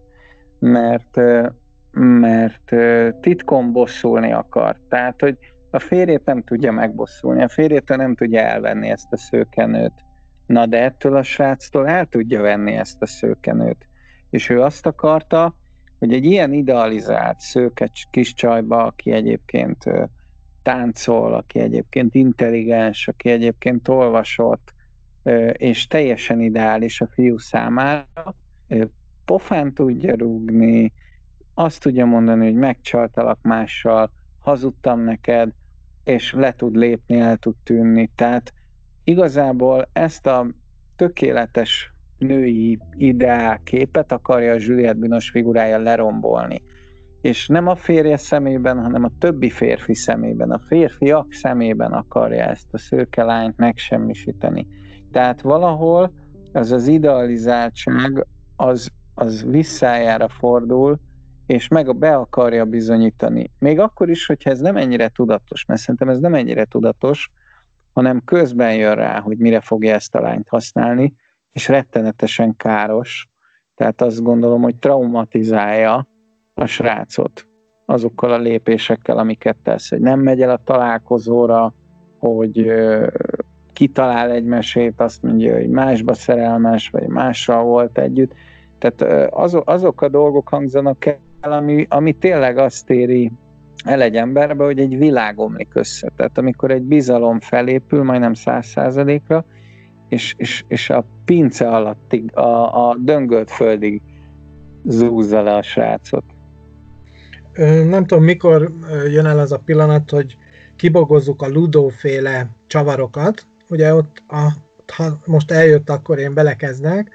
Speaker 2: mert titkon bosszulni akar. Tehát, hogy a férjét nem tudja megbosszulni, a férjétől nem tudja elvenni ezt a szőkenőt. Na de ettől a sráctól el tudja venni ezt a szőkenőt. És ő azt akarta, hogy egy ilyen idealizált szőke kis csajba, aki egyébként táncol, aki egyébként intelligens, aki egyébként olvasott, és teljesen ideális a fiú számára, pofán tudja rúgni, azt tudja mondani, hogy megcsaltalak mással, hazudtam neked, és le tud lépni, el tud tűnni. Tehát igazából ezt a tökéletes női ideálképet akarja a Juliette Binoche figurája lerombolni. És nem a férje szemében, hanem a többi férfi szemében, a férfiak szemében akarja ezt a szőke lányt megsemmisíteni. Tehát valahol az idealizáltság az visszájára fordul, és be akarja bizonyítani. Még akkor is, hogyha ez nem ennyire tudatos, mert szerintem ez nem ennyire tudatos, hanem közben jön rá, hogy mire fogja ezt a lányt használni, és rettenetesen káros. Tehát azt gondolom, hogy traumatizálja a srácot azokkal a lépésekkel, amiket tesz, hogy nem megy el a találkozóra, hogy kitalál egy mesét, azt mondja, hogy másba szerelmes, vagy mással volt együtt. Tehát azok a dolgok hangzanak el, ami tényleg azt éri el egy emberbe, hogy egy világ omlik össze. Tehát amikor egy bizalom felépül, majdnem 100%-ra, és a pince alattig, a döngölt földig zúzza le a srácot.
Speaker 3: Nem tudom, mikor jön el az a pillanat, hogy kibogozzuk a Ludo-féle csavarokat. Ugye ott, ha most eljött, akkor én belekezdek.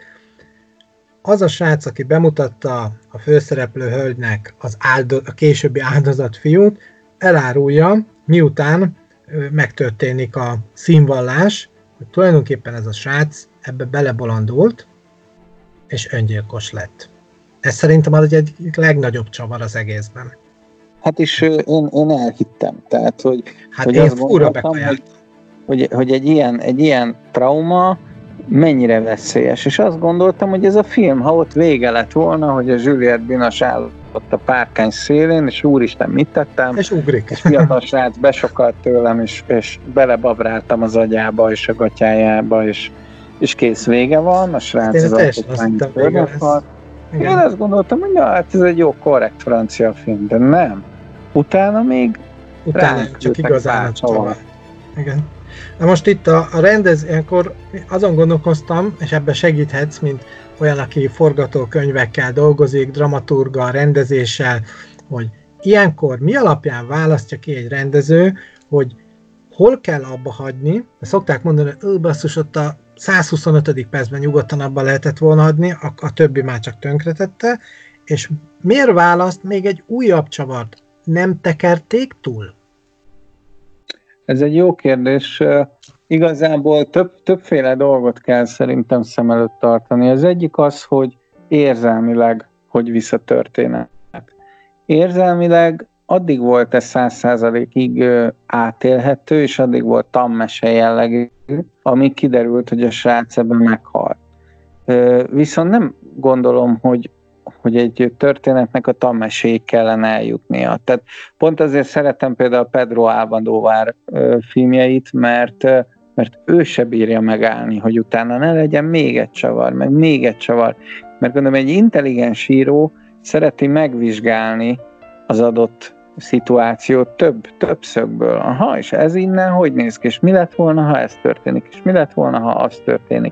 Speaker 3: Az a srác, aki bemutatta a főszereplő hölgynek a későbbi áldozat fiút, elárulja, miután megtörténik a színvallás, hogy tulajdonképpen ez a srác ebbe belebolondult, és öngyilkos lett. Ez szerintem az egyik legnagyobb csavar az egészben.
Speaker 2: Hát és én elhittem. Tehát, hogy
Speaker 3: én fúra bekajáltam.
Speaker 2: Hogy egy ilyen trauma mennyire veszélyes. És azt gondoltam, hogy ez a film, ha ott vége lett volna, hogy a Juliette Binoche állott a párkány szélén, és úristen, mit tettem?
Speaker 3: És ugrik.
Speaker 2: És fiatal srác besokadt tőlem, és belebabráltam az agyába, és a gatyájába, és kész, vége van. A srác az alkotmány Igen. Én azt gondoltam, hogy hát ez egy jó, korrekt francia film, de nem. Utána még
Speaker 3: csak igazán csavar. Igen. Na most itt a rendezőkor azon gondolkoztam, és ebben segíthetsz, mint olyan, aki forgatókönyvekkel dolgozik, dramaturggal, rendezéssel, hogy ilyenkor mi alapján választja ki egy rendező, hogy hol kell abba hagyni, de szokták mondani, hogy basszus, ott a 125. percben nyugodtan abba lehetett volna adni, a többi már csak tönkretette, és miért választ még egy újabb csavart? Nem tekerték túl?
Speaker 2: Ez egy jó kérdés. Igazából többféle dolgot kell szerintem szem előtt tartani. Az egyik az, hogy érzelmileg hogy visz a történet. Érzelmileg addig volt ez 100%-ig átélhető, és addig volt tanmese jellegű, amíg kiderült, hogy a srác ebben meghalt. Viszont nem gondolom, hogy egy történetnek a tanmeséig kellene eljutnia. Tehát pont azért szeretem például Pedro Almodóvar filmjeit, mert ő se bírja megállni, hogy utána ne legyen még egy csavar, meg még egy csavar. Mert gondolom, egy intelligens író szereti megvizsgálni az adott szituációt több szögből. Aha, és ez innen hogy néz ki, és mi lett volna, ha ez történik, és mi lett volna, ha az történik.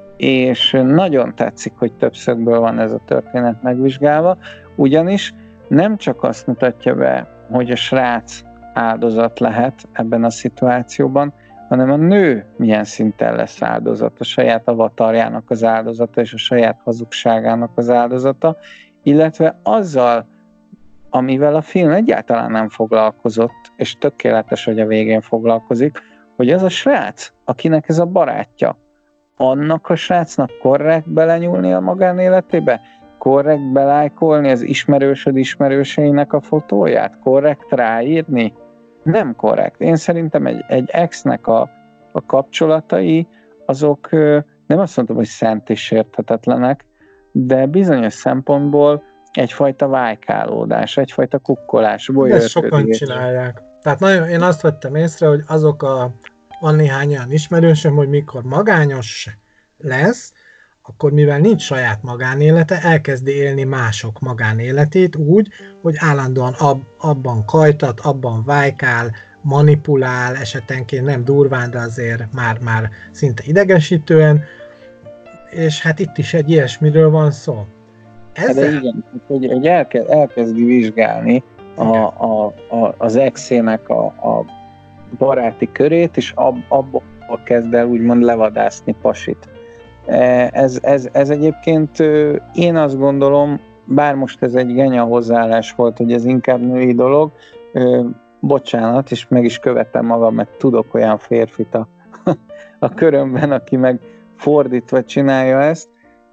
Speaker 2: És nagyon tetszik, hogy több szögből van ez a történet megvizsgálva, ugyanis nem csak azt mutatja be, hogy a srác áldozat lehet ebben a szituációban, hanem a nő milyen szinten lesz áldozat, a saját avatarjának az áldozata és a saját hazugságának az áldozata, illetve azzal, amivel a film egyáltalán nem foglalkozott, és tökéletes, hogy a végén foglalkozik, hogy az a srác, akinek ez a barátja, annak a srácnak korrekt belenyúlni a magánéletébe? Korrekt belájkolni az ismerősöd ismerőseinek a fotóját? Korrekt ráírni? Nem korrekt. Én szerintem egy ex-nek a kapcsolatai, azok nem azt mondtam, hogy szent és sérthetetlenek, de bizonyos szempontból egyfajta vájkálódás, egyfajta kukkolás.
Speaker 3: Ezt sokan csinálják. Tehát nagyon, én azt vettem észre, hogy van néhány olyan ismerősöm, hogy mikor magányos lesz, akkor mivel nincs saját magánélete, elkezdi élni mások magánéletét úgy, hogy állandóan abban kajtat, abban vájkál, manipulál, esetenként nem durván, de azért már szinte idegesítően, és hát itt is egy ilyesmiről van szó.
Speaker 2: De igen, hogy elkezdi vizsgálni az exének a baráti körét, és abból kezd el úgymond levadászni pasit. Ez egyébként én azt gondolom, bár most ez egy genya hozzáállás volt, hogy ez inkább női dolog, bocsánat, és meg is követem magam, mert tudok olyan férfit a körömben, aki meg fordítva csinálja ezt.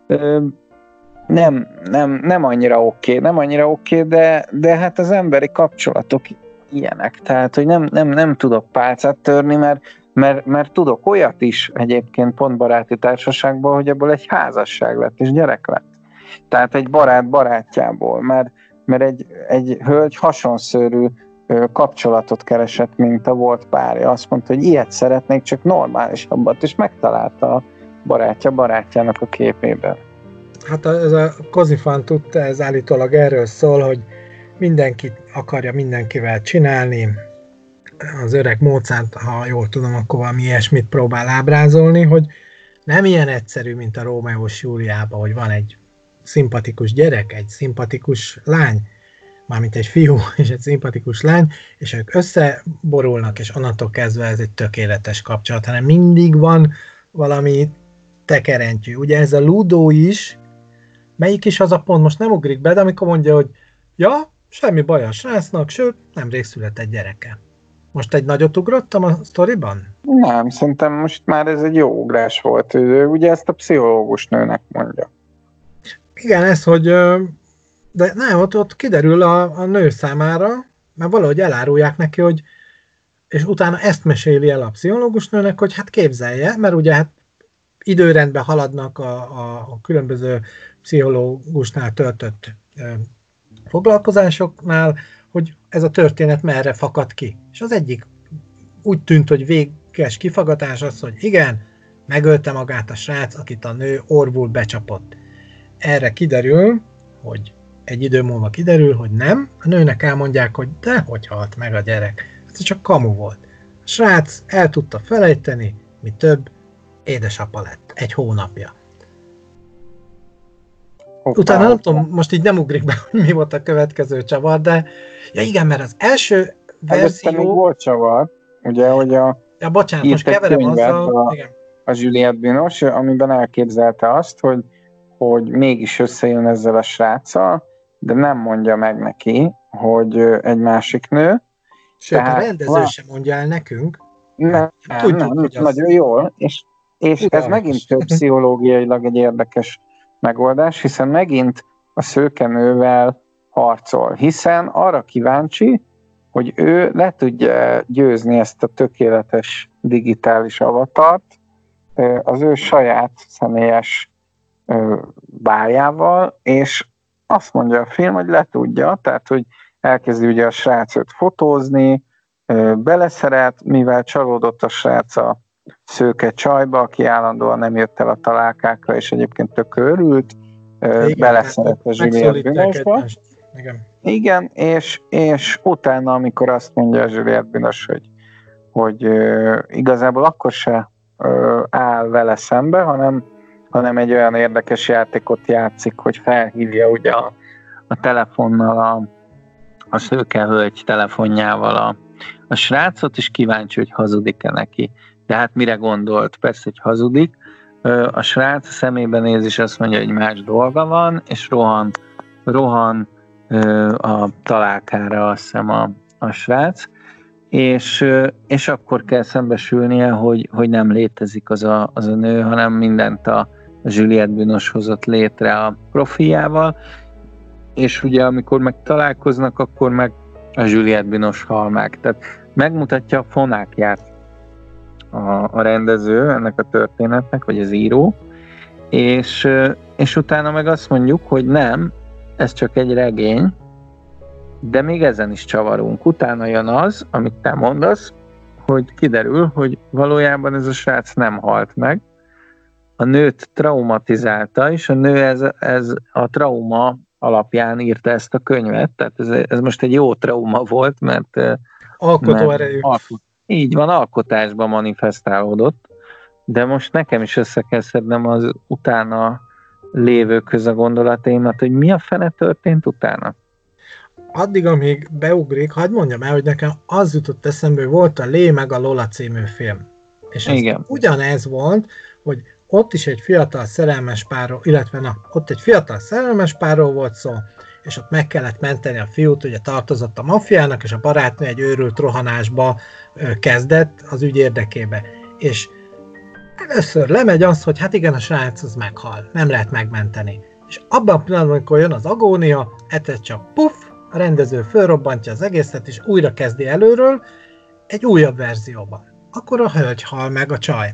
Speaker 2: Nem annyira oké, de hát az emberi kapcsolatok ilyenek, tehát hogy nem tudok pálcát törni, mert tudok olyat is egyébként pont baráti társaságban, hogy ebből egy házasság lett, és gyerek lett. Tehát egy barát barátjából, mert egy hölgy hasonszörű kapcsolatot keresett, mint a volt párja. Azt mondta, hogy ilyet szeretnék, csak normálisabbat, és megtalálta a barátja barátjának a képében.
Speaker 3: Hát ez a Kozifan tudta, ez állítólag erről szól, hogy mindenki akarja mindenkivel csinálni. Az öreg Mozart, ha jól tudom, akkor valami ilyesmit próbál ábrázolni, hogy nem ilyen egyszerű, mint a Rómeó és Júliában, hogy van egy szimpatikus gyerek, egy szimpatikus lány, mármint egy fiú és egy szimpatikus lány, és ők összeborulnak, és onnantól kezdve ez egy tökéletes kapcsolat, hanem mindig van valami tekerentyű. Ugye ez a Ludo is, melyik is az a pont, most nem ugrik be, de amikor mondja, hogy ja, semmi baj a srácnak, sőt, nemrég született gyereke. Most egy nagyot ugrottam a sztoriban?
Speaker 2: Nem, szerintem most már ez egy jó ugrás volt. Ugye ezt a pszichológus nőnek mondja.
Speaker 3: Igen, ez, hogy de nem, ott kiderül a nő számára, mert valahogy elárulják neki, hogy és utána ezt meséli el a pszichológus nőnek, hogy hát képzelje, mert ugye hát időrendben haladnak a különböző pszichológusnál töltött foglalkozásoknál, hogy ez a történet merre fakad ki. És az egyik úgy tűnt, hogy véges kifagatás az, hogy igen, megölte magát a srác, akit a nő orvul becsapott. Erre kiderül, hogy egy idő múlva kiderül, hogy nem, a nőnek elmondják, hogy dehogy halt meg a gyerek. Ez csak kamu volt. A srác el tudta felejteni, mi több, édesapa lett. 1 hónapja. Utána nem tudom, most így nem ugrik be, hogy mi volt a következő csavar, de ja igen, mert az első verzió...
Speaker 2: Előtte még volt csavar, ugye, hogy
Speaker 3: ja, bocsánat, most keverem azzal...
Speaker 2: A Juliette Binoche, amiben elképzelte azt, hogy mégis összejön ezzel a sráccal, de nem mondja meg neki, hogy egy másik nő.
Speaker 3: Sőt, a rendező sem mondja el nekünk.
Speaker 2: Nem, nagyon jól, és ez megint több pszichológiailag egy érdekes megoldás, hiszen megint a szőkenővel harcol, hiszen arra kíváncsi, hogy ő le tudja győzni ezt a tökéletes digitális avatart az ő saját személyes bájával, és azt mondja a film, hogy le tudja, tehát, hogy elkezdi ugye a srácot fotózni, beleszeret, mivel csalódott a srác a szőke csajba, aki állandóan nem jött el a találkákra, és egyébként tök örült, beleszeret a Juliette Binoche-ba. Igen, és utána, amikor azt mondja a Juliette Binoche, hogy igazából akkor se áll vele szembe, hanem egy olyan érdekes játékot játszik, hogy felhívja ugye a telefonnal, a szőke hölgy telefonjával a srácot, és kíváncsi, hogy hazudik-e neki. De hát mire gondolt? Persze, hogy hazudik. A srác a szemébe néz, és azt mondja, hogy más dolga van, és rohan a találkára, azt hiszem a srác, és akkor kell szembesülnie, hogy nem létezik az a nő, hanem mindent a Juliette Binoche hozott létre a profiljával, és ugye amikor meg találkoznak, akkor meg a Juliette Binoche hal meg. Tehát megmutatja a fonákját a rendező ennek a történetnek, vagy az író, és utána meg azt mondjuk, hogy nem, ez csak egy regény, de még ezen is csavarunk. Utána jön az, amit te mondasz, hogy kiderül, hogy valójában ez a srác nem halt meg, a nőt traumatizálta, és a nő ez a trauma alapján írta ezt a könyvet, tehát ez most egy jó trauma volt, mert
Speaker 3: alkotó erejű.
Speaker 2: Így van, alkotásban manifestálódott, de most nekem is össze kell szednem az utána lévőköz a gondolataimat, hogy mi a fene történt utána.
Speaker 3: Addig, amíg beugrik, hadd mondjam el, hogy nekem az jutott eszembe, hogy volt a Lé meg a Lola című film. És ez ugyanez volt, hogy ott is egy fiatal szerelmes párról, illetve ott egy fiatal szerelmes párról volt szó, és ott meg kellett menteni a fiút, ugye tartozott a maffiának, és a barátnő egy őrült rohanásba kezdett az ügy érdekébe. És először lemegy az, hogy hát igen, a srác az meghal, nem lehet megmenteni. És abban a pillanatban, amikor jön az agónia, egyszer csak puff, a rendező fölrobbantja az egészet, és újra kezdi előről egy újabb verzióban. Akkor a hölgy hal meg, a csaj.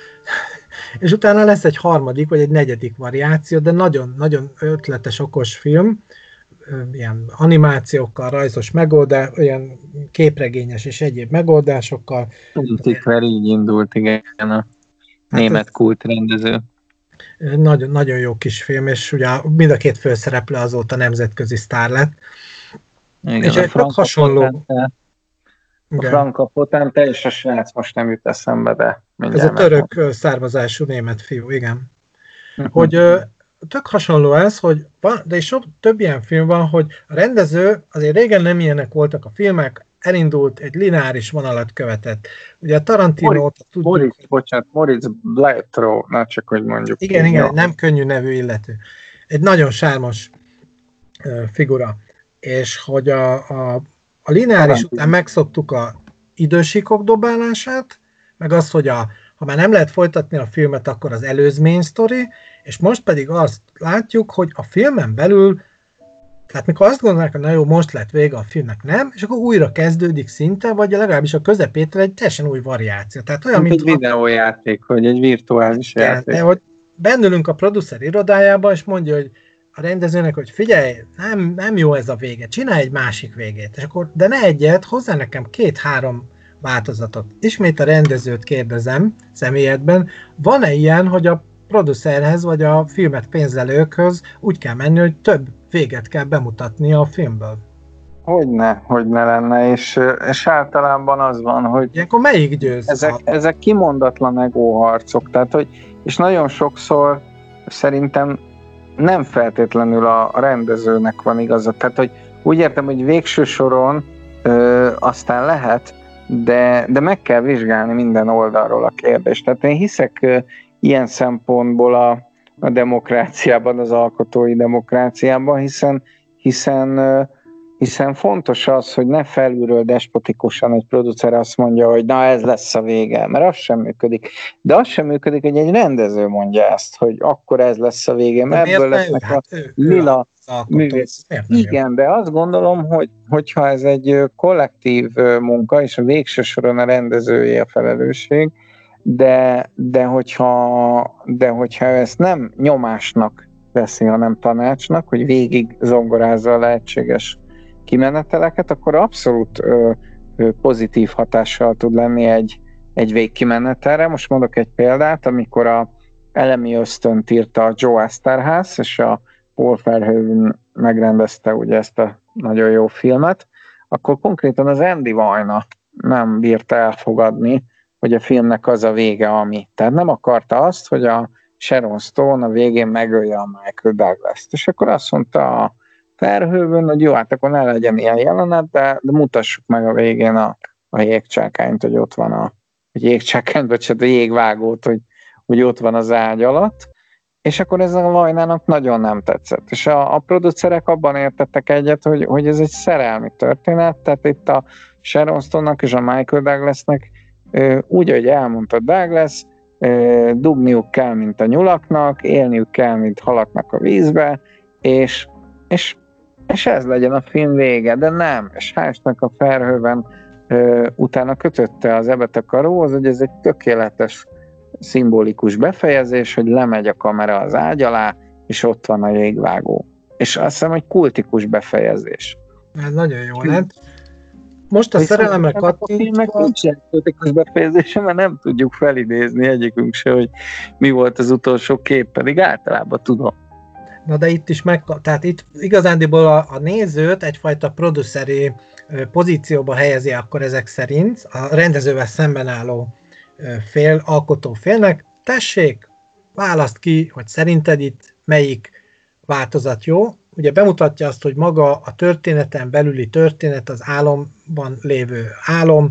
Speaker 3: És utána lesz egy harmadik, vagy egy negyedik variáció, de nagyon-nagyon ötletes, okos film, ilyen animációkkal, rajzos megoldás, olyan képregényes és egyéb megoldásokkal.
Speaker 2: Tudikver így indult, igen, a német kultrendező.
Speaker 3: Nagyon, nagyon jó kis film, és ugye mind a két főszereplő azóta nemzetközi sztár lett.
Speaker 2: Igen,
Speaker 3: és egy hasonló...
Speaker 2: A Franka Potente és a srác most nem jut eszembe, de
Speaker 3: mindjárt. Ez a török származású német fiú, igen. Hogy tök hasonló ez, hogy van, de is több ilyen film van, hogy a rendező, azért régen nem ilyenek voltak a filmek, elindult, egy lineáris vonalat követett. Ugye a Tarantinót tudjuk...
Speaker 2: Moritz Bleibtreu, csak hogy mondjuk.
Speaker 3: Igen, nem könnyű nevű illető. Egy nagyon sármos figura. És hogy a lineáris után megszoktuk a idősíkok dobálását, meg az, hogy ha már nem lehet folytatni a filmet, akkor az előzmény sztori, és most pedig azt látjuk, hogy a filmen belül, tehát mikor azt gondolják, hogy na jó, most lett vége a filmnek, nem, és akkor újra kezdődik szinte, vagy legalábbis a közepétől egy teljesen új variáció. Tehát olyan,
Speaker 2: mint egy videójáték, vagy egy virtuális játék.
Speaker 3: De hogy bennülünk a producer irodájába, és mondja, hogy a rendezőnek, hogy figyelj, nem jó ez a vége, csinálj egy másik végét, és akkor, de ne egyet, hozzá nekem 2-3 változatot. Ismét a rendezőt kérdezem személyedben, van-e ilyen, hogy a producerhez, vagy a filmet pénzelőkhöz úgy kell menni, hogy több véget kell bemutatni a filmből.
Speaker 2: Hogyne lenne, és általában az van, hogy
Speaker 3: ilyenkor melyik győz?
Speaker 2: Ezek kimondatlan egóharcok, tehát és nagyon sokszor szerintem nem feltétlenül a rendezőnek van igaza, tehát hogy úgy értem, hogy végső soron aztán lehet, de meg kell vizsgálni minden oldalról a kérdést. Tehát én hiszek ilyen szempontból a demokráciában, az alkotói demokráciában, hiszen fontos az, hogy ne felülről despotikusan egy producer azt mondja, hogy na ez lesz a vége, mert az sem működik. De az sem működik, hogy egy rendező mondja ezt, hogy akkor ez lesz a vége, mert ebből lesznek a lila művész. Igen, de azt gondolom, hogyha ez egy kollektív munka, és a végső soron a rendezője a felelősség, de hogyha ezt nem nyomásnak veszi, hanem tanácsnak, hogy végig zongorázza a lehetséges kimeneteleket, akkor abszolút pozitív hatással tud lenni egy végkimenetelre. Most mondok egy példát, amikor a Elemi Ösztönt írta a Joe Eszterház, és a Paul Verhoeven megrendezte ugye ezt a nagyon jó filmet, akkor konkrétan az Andy Vajna nem bírta elfogadni, hogy a filmnek az a vége, ami. Tehát nem akarta azt, hogy a Sharon Stone a végén megölje a Michael Douglas-t. És akkor azt mondta a Verhoeven, hogy jó, hát akkor ne legyen ilyen jelenet, de mutassuk meg a végén a jégcsákányt, hogy ott van a jégvágót, hogy ott van az ágy alatt, és akkor ez a Vajnának nagyon nem tetszett. És a producerek abban értettek egyet, hogy ez egy szerelmi történet, tehát itt a Sharon Stone-nak és a Michael Douglasnek úgy, hogy elmondta Douglas, dugniuk kell, mint a nyulaknak, élniük kell, mint halaknak a vízbe, és ez legyen a film vége, de nem. És hálásnak a Verhoeven utána kötötte az ebet a karóhoz, hogy ez egy tökéletes szimbolikus befejezés, hogy lemegy a kamera az ágy alá, és ott van a jégvágó. És azt hiszem, hogy kultikus befejezés.
Speaker 3: Ez nagyon jó lett. Most a szerelemre kattintva...
Speaker 2: Nincsen kultikus befejezése, mert nem tudjuk felidézni egyikünk se, hogy mi volt az utolsó kép, pedig általában tudom.
Speaker 3: Na de itt is tehát itt igazándiból a nézőt egyfajta produceri pozícióba helyezi akkor ezek szerint a rendezővel szemben álló alkotó félnek. Tessék, választ ki, hogy szerinted itt melyik változat jó. Ugye bemutatja azt, hogy maga a történeten belüli történet az álomban lévő álom,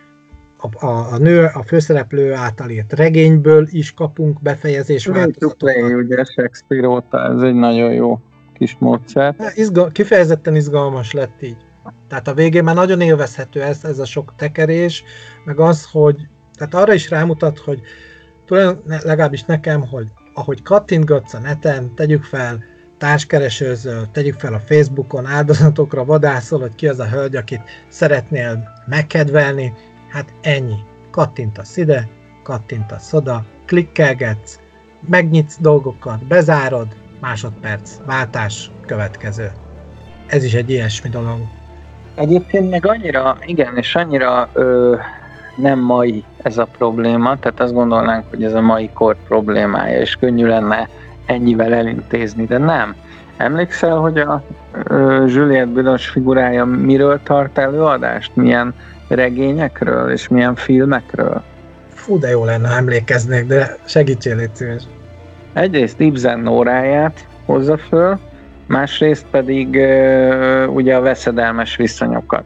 Speaker 3: a nő, a főszereplő által írt regényből is kapunk befejezés változatokat.
Speaker 2: Ugye Shakespeare óta, ez egy nagyon jó kis módszer.
Speaker 3: Kifejezetten izgalmas lett így. Tehát a végén már nagyon élvezhető ez a sok tekerés, meg az, hogy tehát arra is rámutat, hogy legalábbis nekem, hogy ahogy kattintgatsz a neten, tegyük fel, társkeresőzöl, tegyük fel a Facebookon, áldozatokra vadászol, hogy ki az a hölgy, akit szeretnél megkedvelni, hát ennyi. Kattintasz ide, kattintasz oda, klikkelgetsz, megnyitsz dolgokat, bezárod, másodperc, váltás, következő. Ez is egy ilyesmi dolog.
Speaker 2: Egyébként meg annyira, igen, és annyira nem mai ez a probléma, tehát azt gondolnánk, hogy ez a mai kor problémája, és könnyű lenne ennyivel elintézni, de nem. Emlékszel, hogy a Juliette Binoche figurája miről tart előadást? Milyen regényekről és milyen filmekről?
Speaker 3: Fú, de jó lenne, emlékeznék, de segítsél, légy szíves.
Speaker 2: Egyrészt Ibsen Nóráját hozza föl, másrészt pedig ugye a veszedelmes viszonyokat.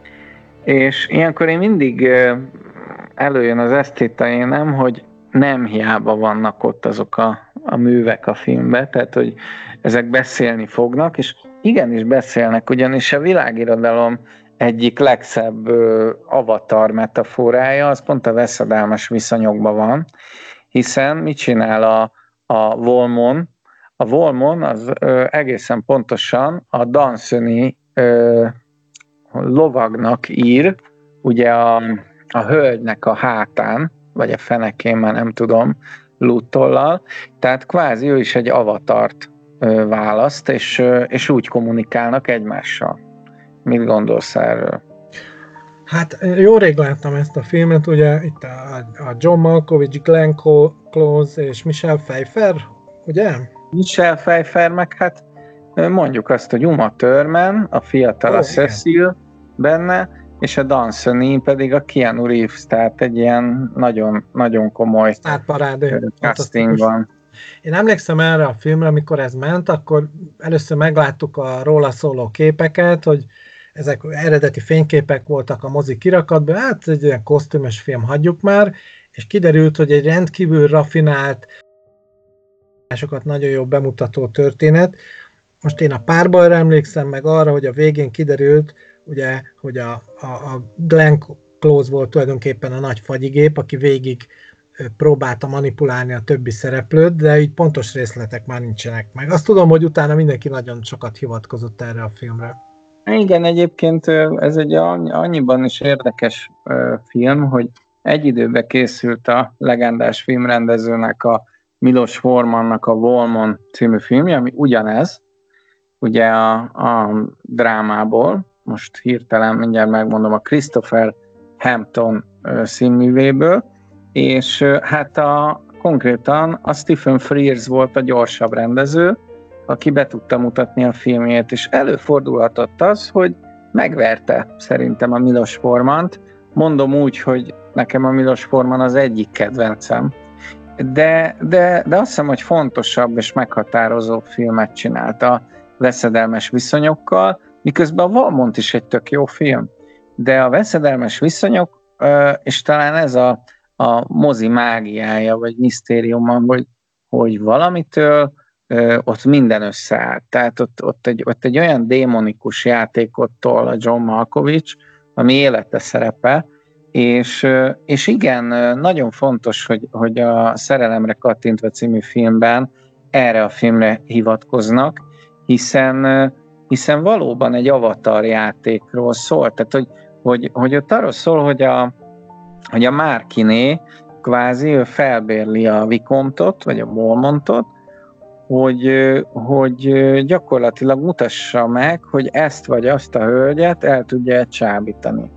Speaker 2: És ilyenkor én mindig előjön az esztéta énem, hogy nem hiába vannak ott azok a művek a filmben, tehát hogy ezek beszélni fognak, és igenis beszélnek, ugyanis a világirodalom egyik legszebb avatar metaforája, az pont a veszedelmes viszonyokban van, hiszen mit csinál a Volmon? A Volmon az egészen pontosan a Danceny lovagnak ír, ugye a hölgynek a hátán, vagy a fenekén, már nem tudom, lúttollal, tehát kvázi ő is egy avatart választ, és úgy kommunikálnak egymással. Mit gondolsz erről?
Speaker 3: Hát jó rég láttam ezt a filmet, ugye itt a John Malkovich, Glenn Close és Michelle Pfeiffer, ugye?
Speaker 2: Michelle Pfeiffer, meg hát mondjuk azt, hogy Uma Thurman, a fiatal a Cecil benne, és a Danceny pedig a Keanu Reeves, tehát egy ilyen nagyon, nagyon komoly casting van.
Speaker 3: Én emlékszem erre a filmre, amikor ez ment, akkor először megláttuk a róla szóló képeket, hogy ezek eredeti fényképek voltak a mozi kirakatban, hát egy ilyen kosztümös film, hagyjuk már, és kiderült, hogy egy rendkívül raffinált, sokat nagyon jó bemutató történet. Most én a Párbajra emlékszem, meg arra, hogy a végén kiderült, ugye, hogy a Glenn Close volt tulajdonképpen a nagy fagyigép, aki végig próbálta manipulálni a többi szereplőt, de így pontos részletek már nincsenek meg. Azt tudom, hogy utána mindenki nagyon sokat hivatkozott erre a filmre.
Speaker 2: Igen, egyébként ez egy annyiban is érdekes film, hogy egy időben készült a legendás filmrendezőnek, a Milos Formannak a Volmon című filmje, ami ugyanez, ugye a drámából, most hirtelen mindjárt megmondom, a Christopher Hampton színművéből, és hát konkrétan a Stephen Frears volt a gyorsabb rendező, aki be tudta mutatni a filmjét, és előfordulhatott az, hogy megverte szerintem a Milos Formant. Mondom úgy, hogy nekem a Milos Forman az egyik kedvencem, de azt hiszem, hogy fontosabb és meghatározó filmet csinált a Veszedelmes viszonyokkal, miközben a Valmont is egy tök jó film, de a Veszedelmes viszonyok, és talán ez a mozi mágiája, vagy misztériuma, hogy valamitől ott minden összeállt. Tehát ott egy olyan démonikus játékot tol a John Malkovich, ami élete szerepe, és igen, nagyon fontos, hogy a Szerelemre kattintva című filmben erre a filmre hivatkoznak, hiszen valóban egy avatar játékról szól. Tehát, hogy ott arról szól, hogy a Marquiné kvázi ő felbérli a Vicomtot, vagy a Beaumontot, hogy gyakorlatilag mutassa meg, hogy ezt vagy azt a hölgyet el tudja csábítani.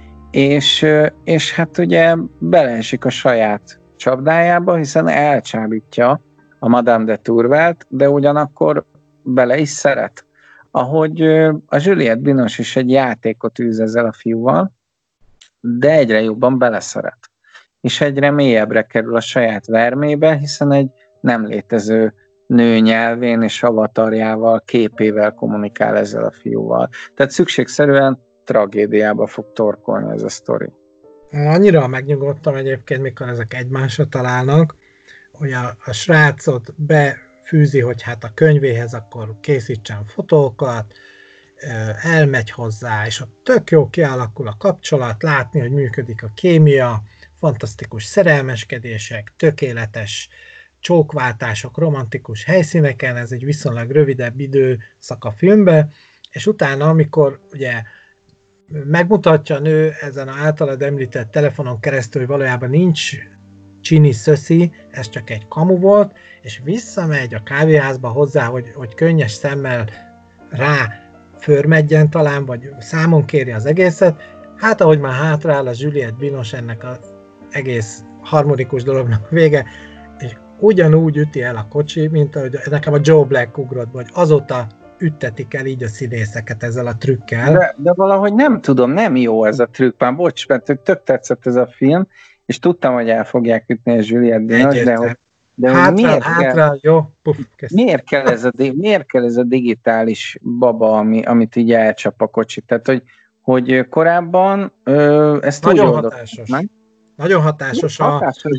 Speaker 2: És hát ugye beleesik a saját csapdájába, hiszen elcsábítja a Madame de Tourvelt, de ugyanakkor bele is szeret. Ahogy a Juliette Binoche is egy játékot űz ezzel a fiúval, de egyre jobban beleszeret. És egyre mélyebbre kerül a saját vermébe, hiszen egy nem létező nő nyelvén és avatarjával, képével kommunikál ezzel a fiúval. Tehát szükségszerűen tragédiába fog torkolni ez a sztori.
Speaker 3: Annyira megnyugodtam egyébként, mikor ezek egymásra találnak, hogy a srácot befűzi, hogy hát a könyvéhez akkor készítsen fotókat, elmegy hozzá, és ott tök jó kialakul a kapcsolat, látni, hogy működik a kémia, fantasztikus szerelmeskedések, tökéletes csókváltások, romantikus helyszíneken, ez egy viszonylag rövidebb időszak a filmbe, és utána, amikor ugye megmutatja a nő ezen az általad említett telefonon keresztül, hogy valójában nincs csini szöszi, ez csak egy kamu volt, és visszamegy a kávéházba hozzá, hogy könnyes szemmel rá förmedjen talán, vagy számon kéri az egészet, hát ahogy már hátraáll a Juliette Binoche ennek az egész harmonikus dolognak vége, és ugyanúgy üti el a kocsi, mint ahogy nekem a Joe Black ugrott, vagy azóta üttetik el így a színészeket ezzel a trükkel.
Speaker 2: De valahogy nem tudom, nem jó ez a trükk, már bocs, mert tök tetszett ez a film, és tudtam, hogy el fogják ütni a Juliette Binoche, de
Speaker 3: hátra, jó. Puff,
Speaker 2: miért kell ez a digitális baba, amit így elcsap a kocsit? Tehát, hogy korábban ezt
Speaker 3: nagyon hatásos. Nagyon hatásos.
Speaker 2: Hatásos,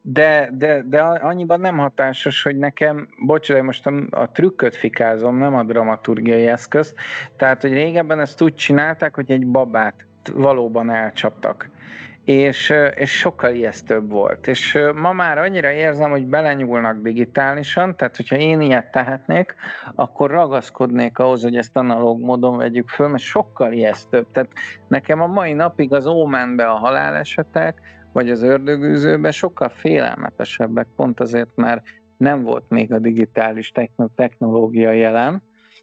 Speaker 2: de annyiban nem hatásos, hogy nekem, bocs, de most a trükköt fikázom, nem a dramaturgiai eszközt. Tehát, hogy régebben ezt úgy csinálták, hogy egy babát valóban elcsaptak. És sokkal ijesztőbb volt. És ma már annyira érzem, hogy belenyúlnak digitálisan, tehát hogyha én ilyet tehetnék, akkor ragaszkodnék ahhoz, hogy ezt analóg módon vegyük föl, mert sokkal ijesztőbb. Tehát nekem a mai napig az Omenbe a halálesetek, vagy az Ördögűzőben sokkal félelmetesebbek, pont azért, mert nem volt még a digitális technológia jelen,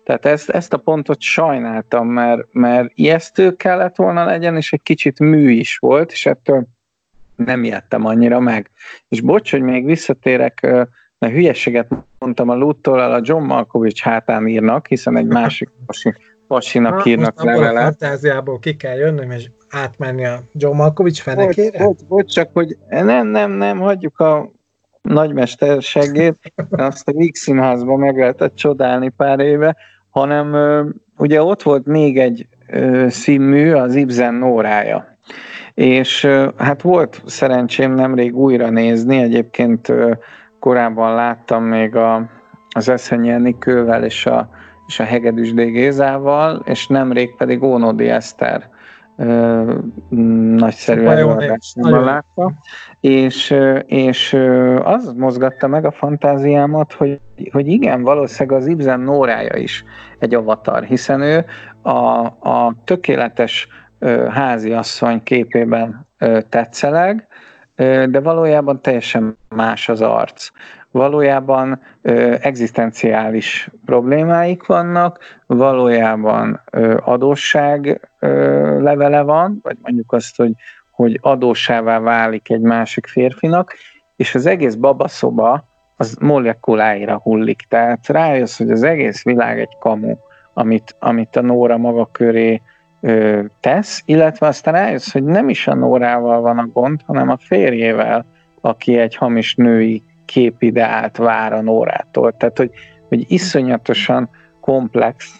Speaker 2: Tehát ezt a pontot sajnáltam, mert ijesztő kellett volna legyen, és egy kicsit mű is volt, és ettől nem ijedtem annyira meg. És bocs, hogy még visszatérek, mert hülyeséget mondtam a Lúttól, a John Malkovich hátán írnak, hiszen egy másik pasinak írnak levelet.
Speaker 3: A fantáziából ki kell jönnöm, és átmenni a John Malkovich fenekére?
Speaker 2: Bocs, csak hogy nem, hagyjuk a nagymesterségét, azt a Víg Színházban meg lehetett csodálni pár éve, hanem ugye ott volt még egy színmű, az Ibsen Nórája. És hát volt szerencsém nemrég újra nézni, egyébként korábban láttam még az Eszenyi Enikővel és a Hegedűs D. Gézával, és nemrég pedig Ónodi Eszter nagyszerű előadásban láttam, és az mozgatta meg a fantáziámat, hogy igen, valószínűleg az Ibsen Nórája is egy avatar, hiszen ő a tökéletes háziasszony képében tetszeleg, de valójában teljesen más az arc. Valójában egzisztenciális problémáik vannak, valójában adósság levele van, vagy mondjuk azt, hogy adóssává válik egy másik férfinak, és az egész babaszoba az molekuláira hullik. Tehát rájössz, hogy az egész világ egy kamu, amit a Nóra maga köré tesz, illetve aztán rájössz, hogy nem is a Nórával van a gond, hanem a férjével, aki egy hamis női képideált vár a Nórától. Tehát, hogy iszonyatosan komplex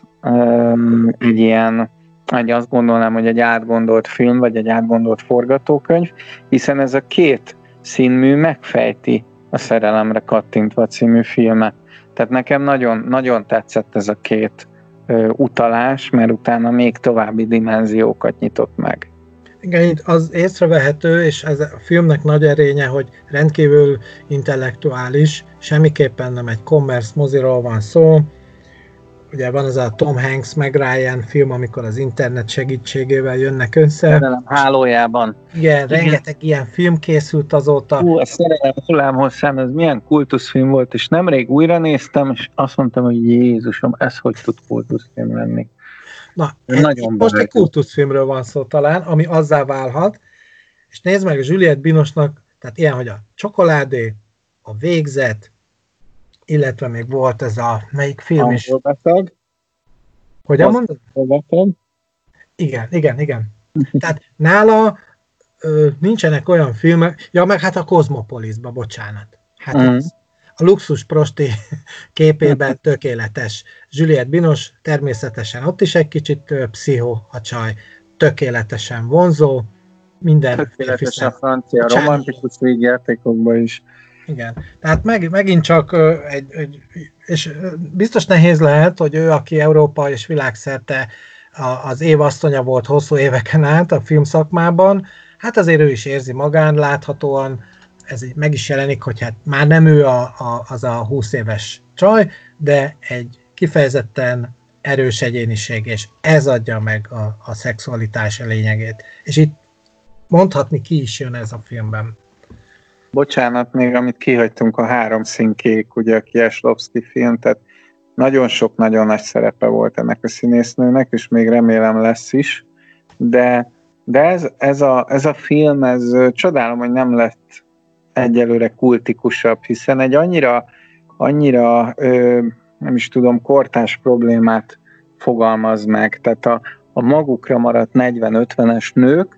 Speaker 2: azt gondolnám, hogy egy átgondolt film, vagy egy átgondolt forgatókönyv, hiszen ez a két színmű megfejti a Szerelemre kattintva című filmet. Tehát nekem nagyon, nagyon tetszett ez a két utalás, mert utána még további dimenziókat nyitott meg.
Speaker 3: Igen, az észrevehető, és ez a filmnek nagy erénye, hogy rendkívül intellektuális, semmiképpen nem egy commerce moziról van szó. Ugye van az a Tom Hanks meg Ryan film, amikor az internet segítségével jönnek össze.
Speaker 2: Szerelem hálójában.
Speaker 3: Igen, rengeteg ilyen film készült azóta.
Speaker 2: A Szerelem hullámhosszán, ez milyen kultuszfilm volt, és nemrég újra néztem, és azt mondtam, hogy Jézusom, ez hogy tud kultuszfilm lenni?
Speaker 3: Na, most egy kultuszfilmről van szó talán, ami azzá válhat, és nézd meg a Juliette Binoche-nak, tehát ilyen, hogy a Csokoládé, a Végzet, illetve még volt ez a, melyik film is?
Speaker 2: Angolbeteg.
Speaker 3: Hogyan mondod? Igen. Tehát nála nincsenek olyan filmek, ja, meg hát a Cosmopolisba, bocsánat. Hát a luxus prosti képében tökéletes. Juliette Binoche, természetesen ott is egy kicsit pszicho a csaj, tökéletesen vonzó, minden
Speaker 2: tökéletesen francia romantikus végjátékokban is.
Speaker 3: Igen, tehát megint csak és biztos nehéz lehet, hogy ő, aki Európa és világszerte az évasszonya volt hosszú éveken át a filmszakmában, hát azért ő is érzi magán, láthatóan ez meg is jelenik, hogy hát már nem ő az a 20 éves csaj, de egy kifejezetten erős egyéniség, és ez adja meg a szexualitás lényegét. És itt mondhatni ki is jön ez a filmben.
Speaker 2: Bocsánat, még amit kihagytunk, a Három színkék, ugye a Kieslowski film, tehát nagyon sok, nagyon nagy szerepe volt ennek a színésznőnek, és még remélem lesz is, de ez a film, ez csodálom, hogy nem lett egyelőre kultikusabb, hiszen egy annyira nem is tudom, kortárs problémát fogalmaz meg, tehát a magukra maradt 40-50-es nők,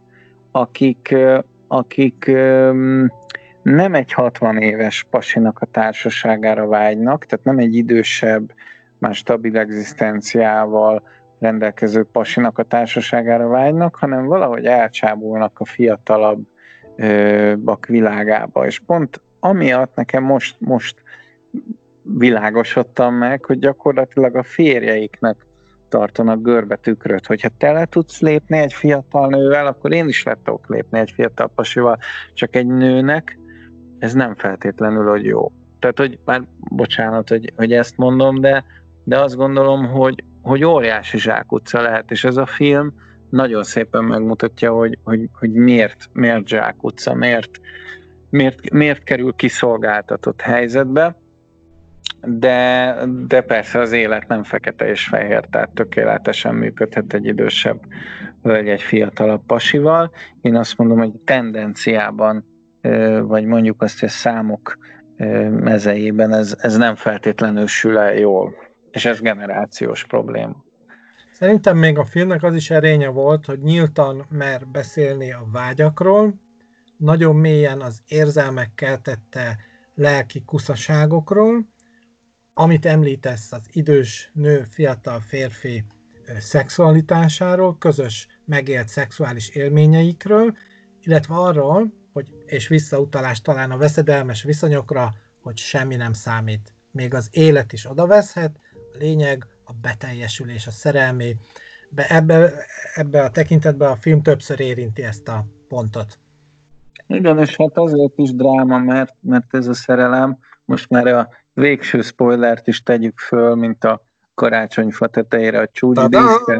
Speaker 2: akik nem egy 60 éves pasinak a társaságára vágynak, tehát nem egy idősebb, már stabil egzisztenciával rendelkező pasinak a társaságára vágynak, hanem valahogy elcsábulnak a fiatalabbak világába. És pont amiatt nekem most világosodtam meg, hogy gyakorlatilag a férjeiknek tartanak görbe tükröt. Hogyha te le tudsz lépni egy fiatal nővel, akkor én is le tudok lépni egy fiatal pasival, csak egy nőnek ez nem feltétlenül, hogy jó. Tehát, hogy már bocsánat, hogy ezt mondom, de azt gondolom, hogy óriási zsákutca lehet, és ez a film nagyon szépen megmutatja, hogy miért zsákutca, miért kerül kiszolgáltatott helyzetbe, de persze az élet nem fekete és fehér, tehát tökéletesen működhet egy idősebb hölgy egy fiatalabb pasival. Én azt mondom, hogy tendenciában, vagy mondjuk azt, hogy a számok mezejében ez nem feltétlenül sül el jól, és ez generációs probléma.
Speaker 3: Szerintem még a filmnek az is erénye volt, hogy nyíltan mer beszélni a vágyakról, nagyon mélyen az érzelmekkel tette lelki kuszaságokról, amit említesz az idős nő, fiatal férfi szexualitásáról, közös megélt szexuális élményeikről, illetve arról, hogy, és visszautalás talán a veszedelmes viszonyokra, hogy semmi nem számít. Még az élet is odaveszhet, a lényeg a beteljesülés, a szerelmé. Ebbe a tekintetben a film többször érinti ezt a pontot.
Speaker 2: Igen, és hát azért is dráma, mert ez a szerelem, most már a végső spoilert is tegyük föl, mint a karácsonyfa tetejére a csúcsdíszkel,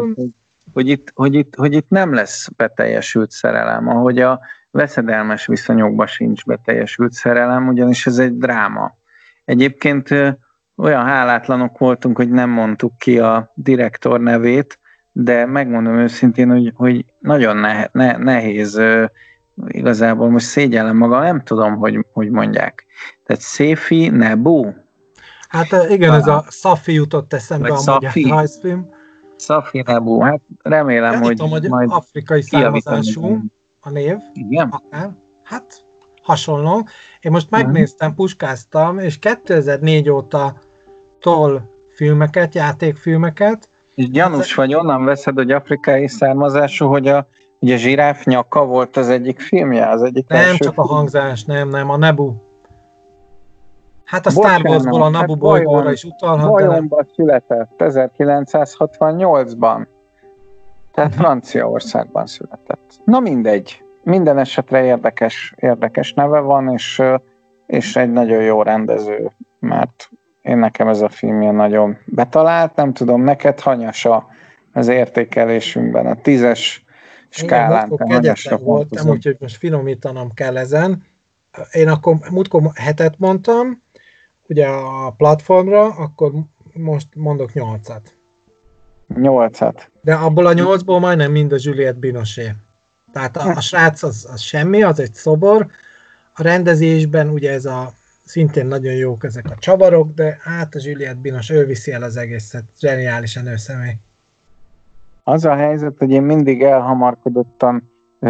Speaker 2: hogy itt nem lesz beteljesült szerelem, ahogy a veszedelmes viszonyokban sincs beteljesült szerelem, ugyanis ez egy dráma. Egyébként olyan hálátlanok voltunk, hogy nem mondtuk ki a direktor nevét, de megmondom őszintén, hogy nagyon nehéz, igazából most szégyellem magam, nem tudom, hogy mondják. Tehát Széfi Nebu?
Speaker 3: Hát igen, ez a Szafi jutott eszembe a magyar rajzfilm.
Speaker 2: Szafi Nebu, hát remélem, hogy
Speaker 3: majd afrikai származású a név.
Speaker 2: Igen?
Speaker 3: Akár. Hát hasonló. Én most megnéztem, puskáztam, és 2004 óta tol filmeket, játékfilmeket.
Speaker 2: És gyanús vagy, onnan veszed, hogy afrikai származású, hogy a zsiráf nyaka volt az egyik filmje? Az egyik
Speaker 3: nem, csak a hangzás, nem, a Nebu. Hát a Star Warsból a Nebu bolygóra is utalhat.
Speaker 2: Bajomban született 1968-ban. Tehát Franciaországban született. Na mindegy. Minden esetre érdekes neve van, és egy nagyon jó rendező, mert nekem ez a filmje nagyon betalált. Nem tudom, neked hanyas az értékelésünkben, a 10-es skálán.
Speaker 3: Igen, kegyetlen voltam, úgyhogy most finomítanom kell ezen. Én akkor múltkor 7-et mondtam, ugye a platformra, akkor most mondok 8-at.
Speaker 2: 8-at.
Speaker 3: De abból a 8-ból majdnem mind a Juliette Binoche. Tehát a srác az semmi, az egy szobor. A rendezésben ugye ez szintén nagyon jók ezek a csavarok, de hát a Juliette Binoche, ő viszi el az egészet. Zseniálisan nőszemély.
Speaker 2: Az a helyzet, hogy én mindig elhamarkodottan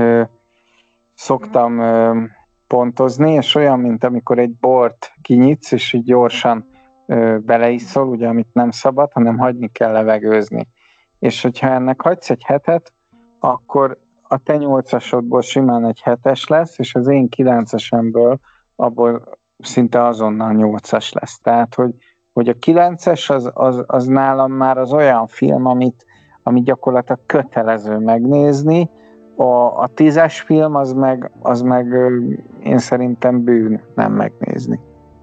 Speaker 2: szoktam pontozni, és olyan, mint amikor egy bort kinyitsz, és így gyorsan beleiszol, ugye, amit nem szabad, hanem hagyni kell levegőzni. És hogyha ennek hagysz egy 7-et, akkor a te 8-asodból simán egy 7-es lesz, és az én 9-esemből abból szinte azonnal 8-as lesz. Tehát, hogy a 9-es az nálam már az olyan film, amit gyakorlatilag kötelező megnézni, a 10-es film az meg én szerintem bűn nem megnézni.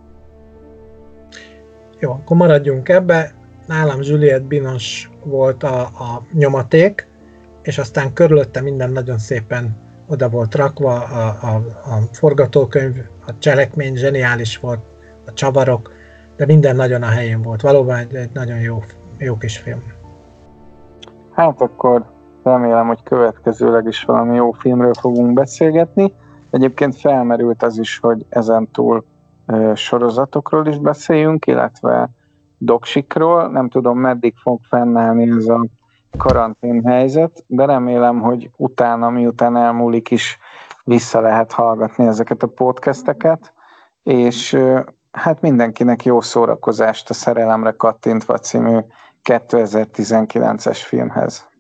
Speaker 3: Jó, akkor maradjunk ebbe. Nálam Juliette Binoche volt a nyomaték, és aztán körülötte minden nagyon szépen oda volt rakva, a forgatókönyv, a cselekmény zseniális volt, a csavarok, de minden nagyon a helyén volt. Valóban egy nagyon jó kis film.
Speaker 2: Hát akkor remélem, hogy következőleg is valami jó filmről fogunk beszélgetni. Egyébként felmerült az is, hogy ezentúl sorozatokról is beszéljünk, illetve doksikról. Nem tudom, meddig fog fennállni ez a karantén helyzet, de remélem, hogy utána, miután elmúlik is, vissza lehet hallgatni ezeket a podcasteket, és hát mindenkinek jó szórakozást a Szerelemre kattintva című 2019-es filmhez.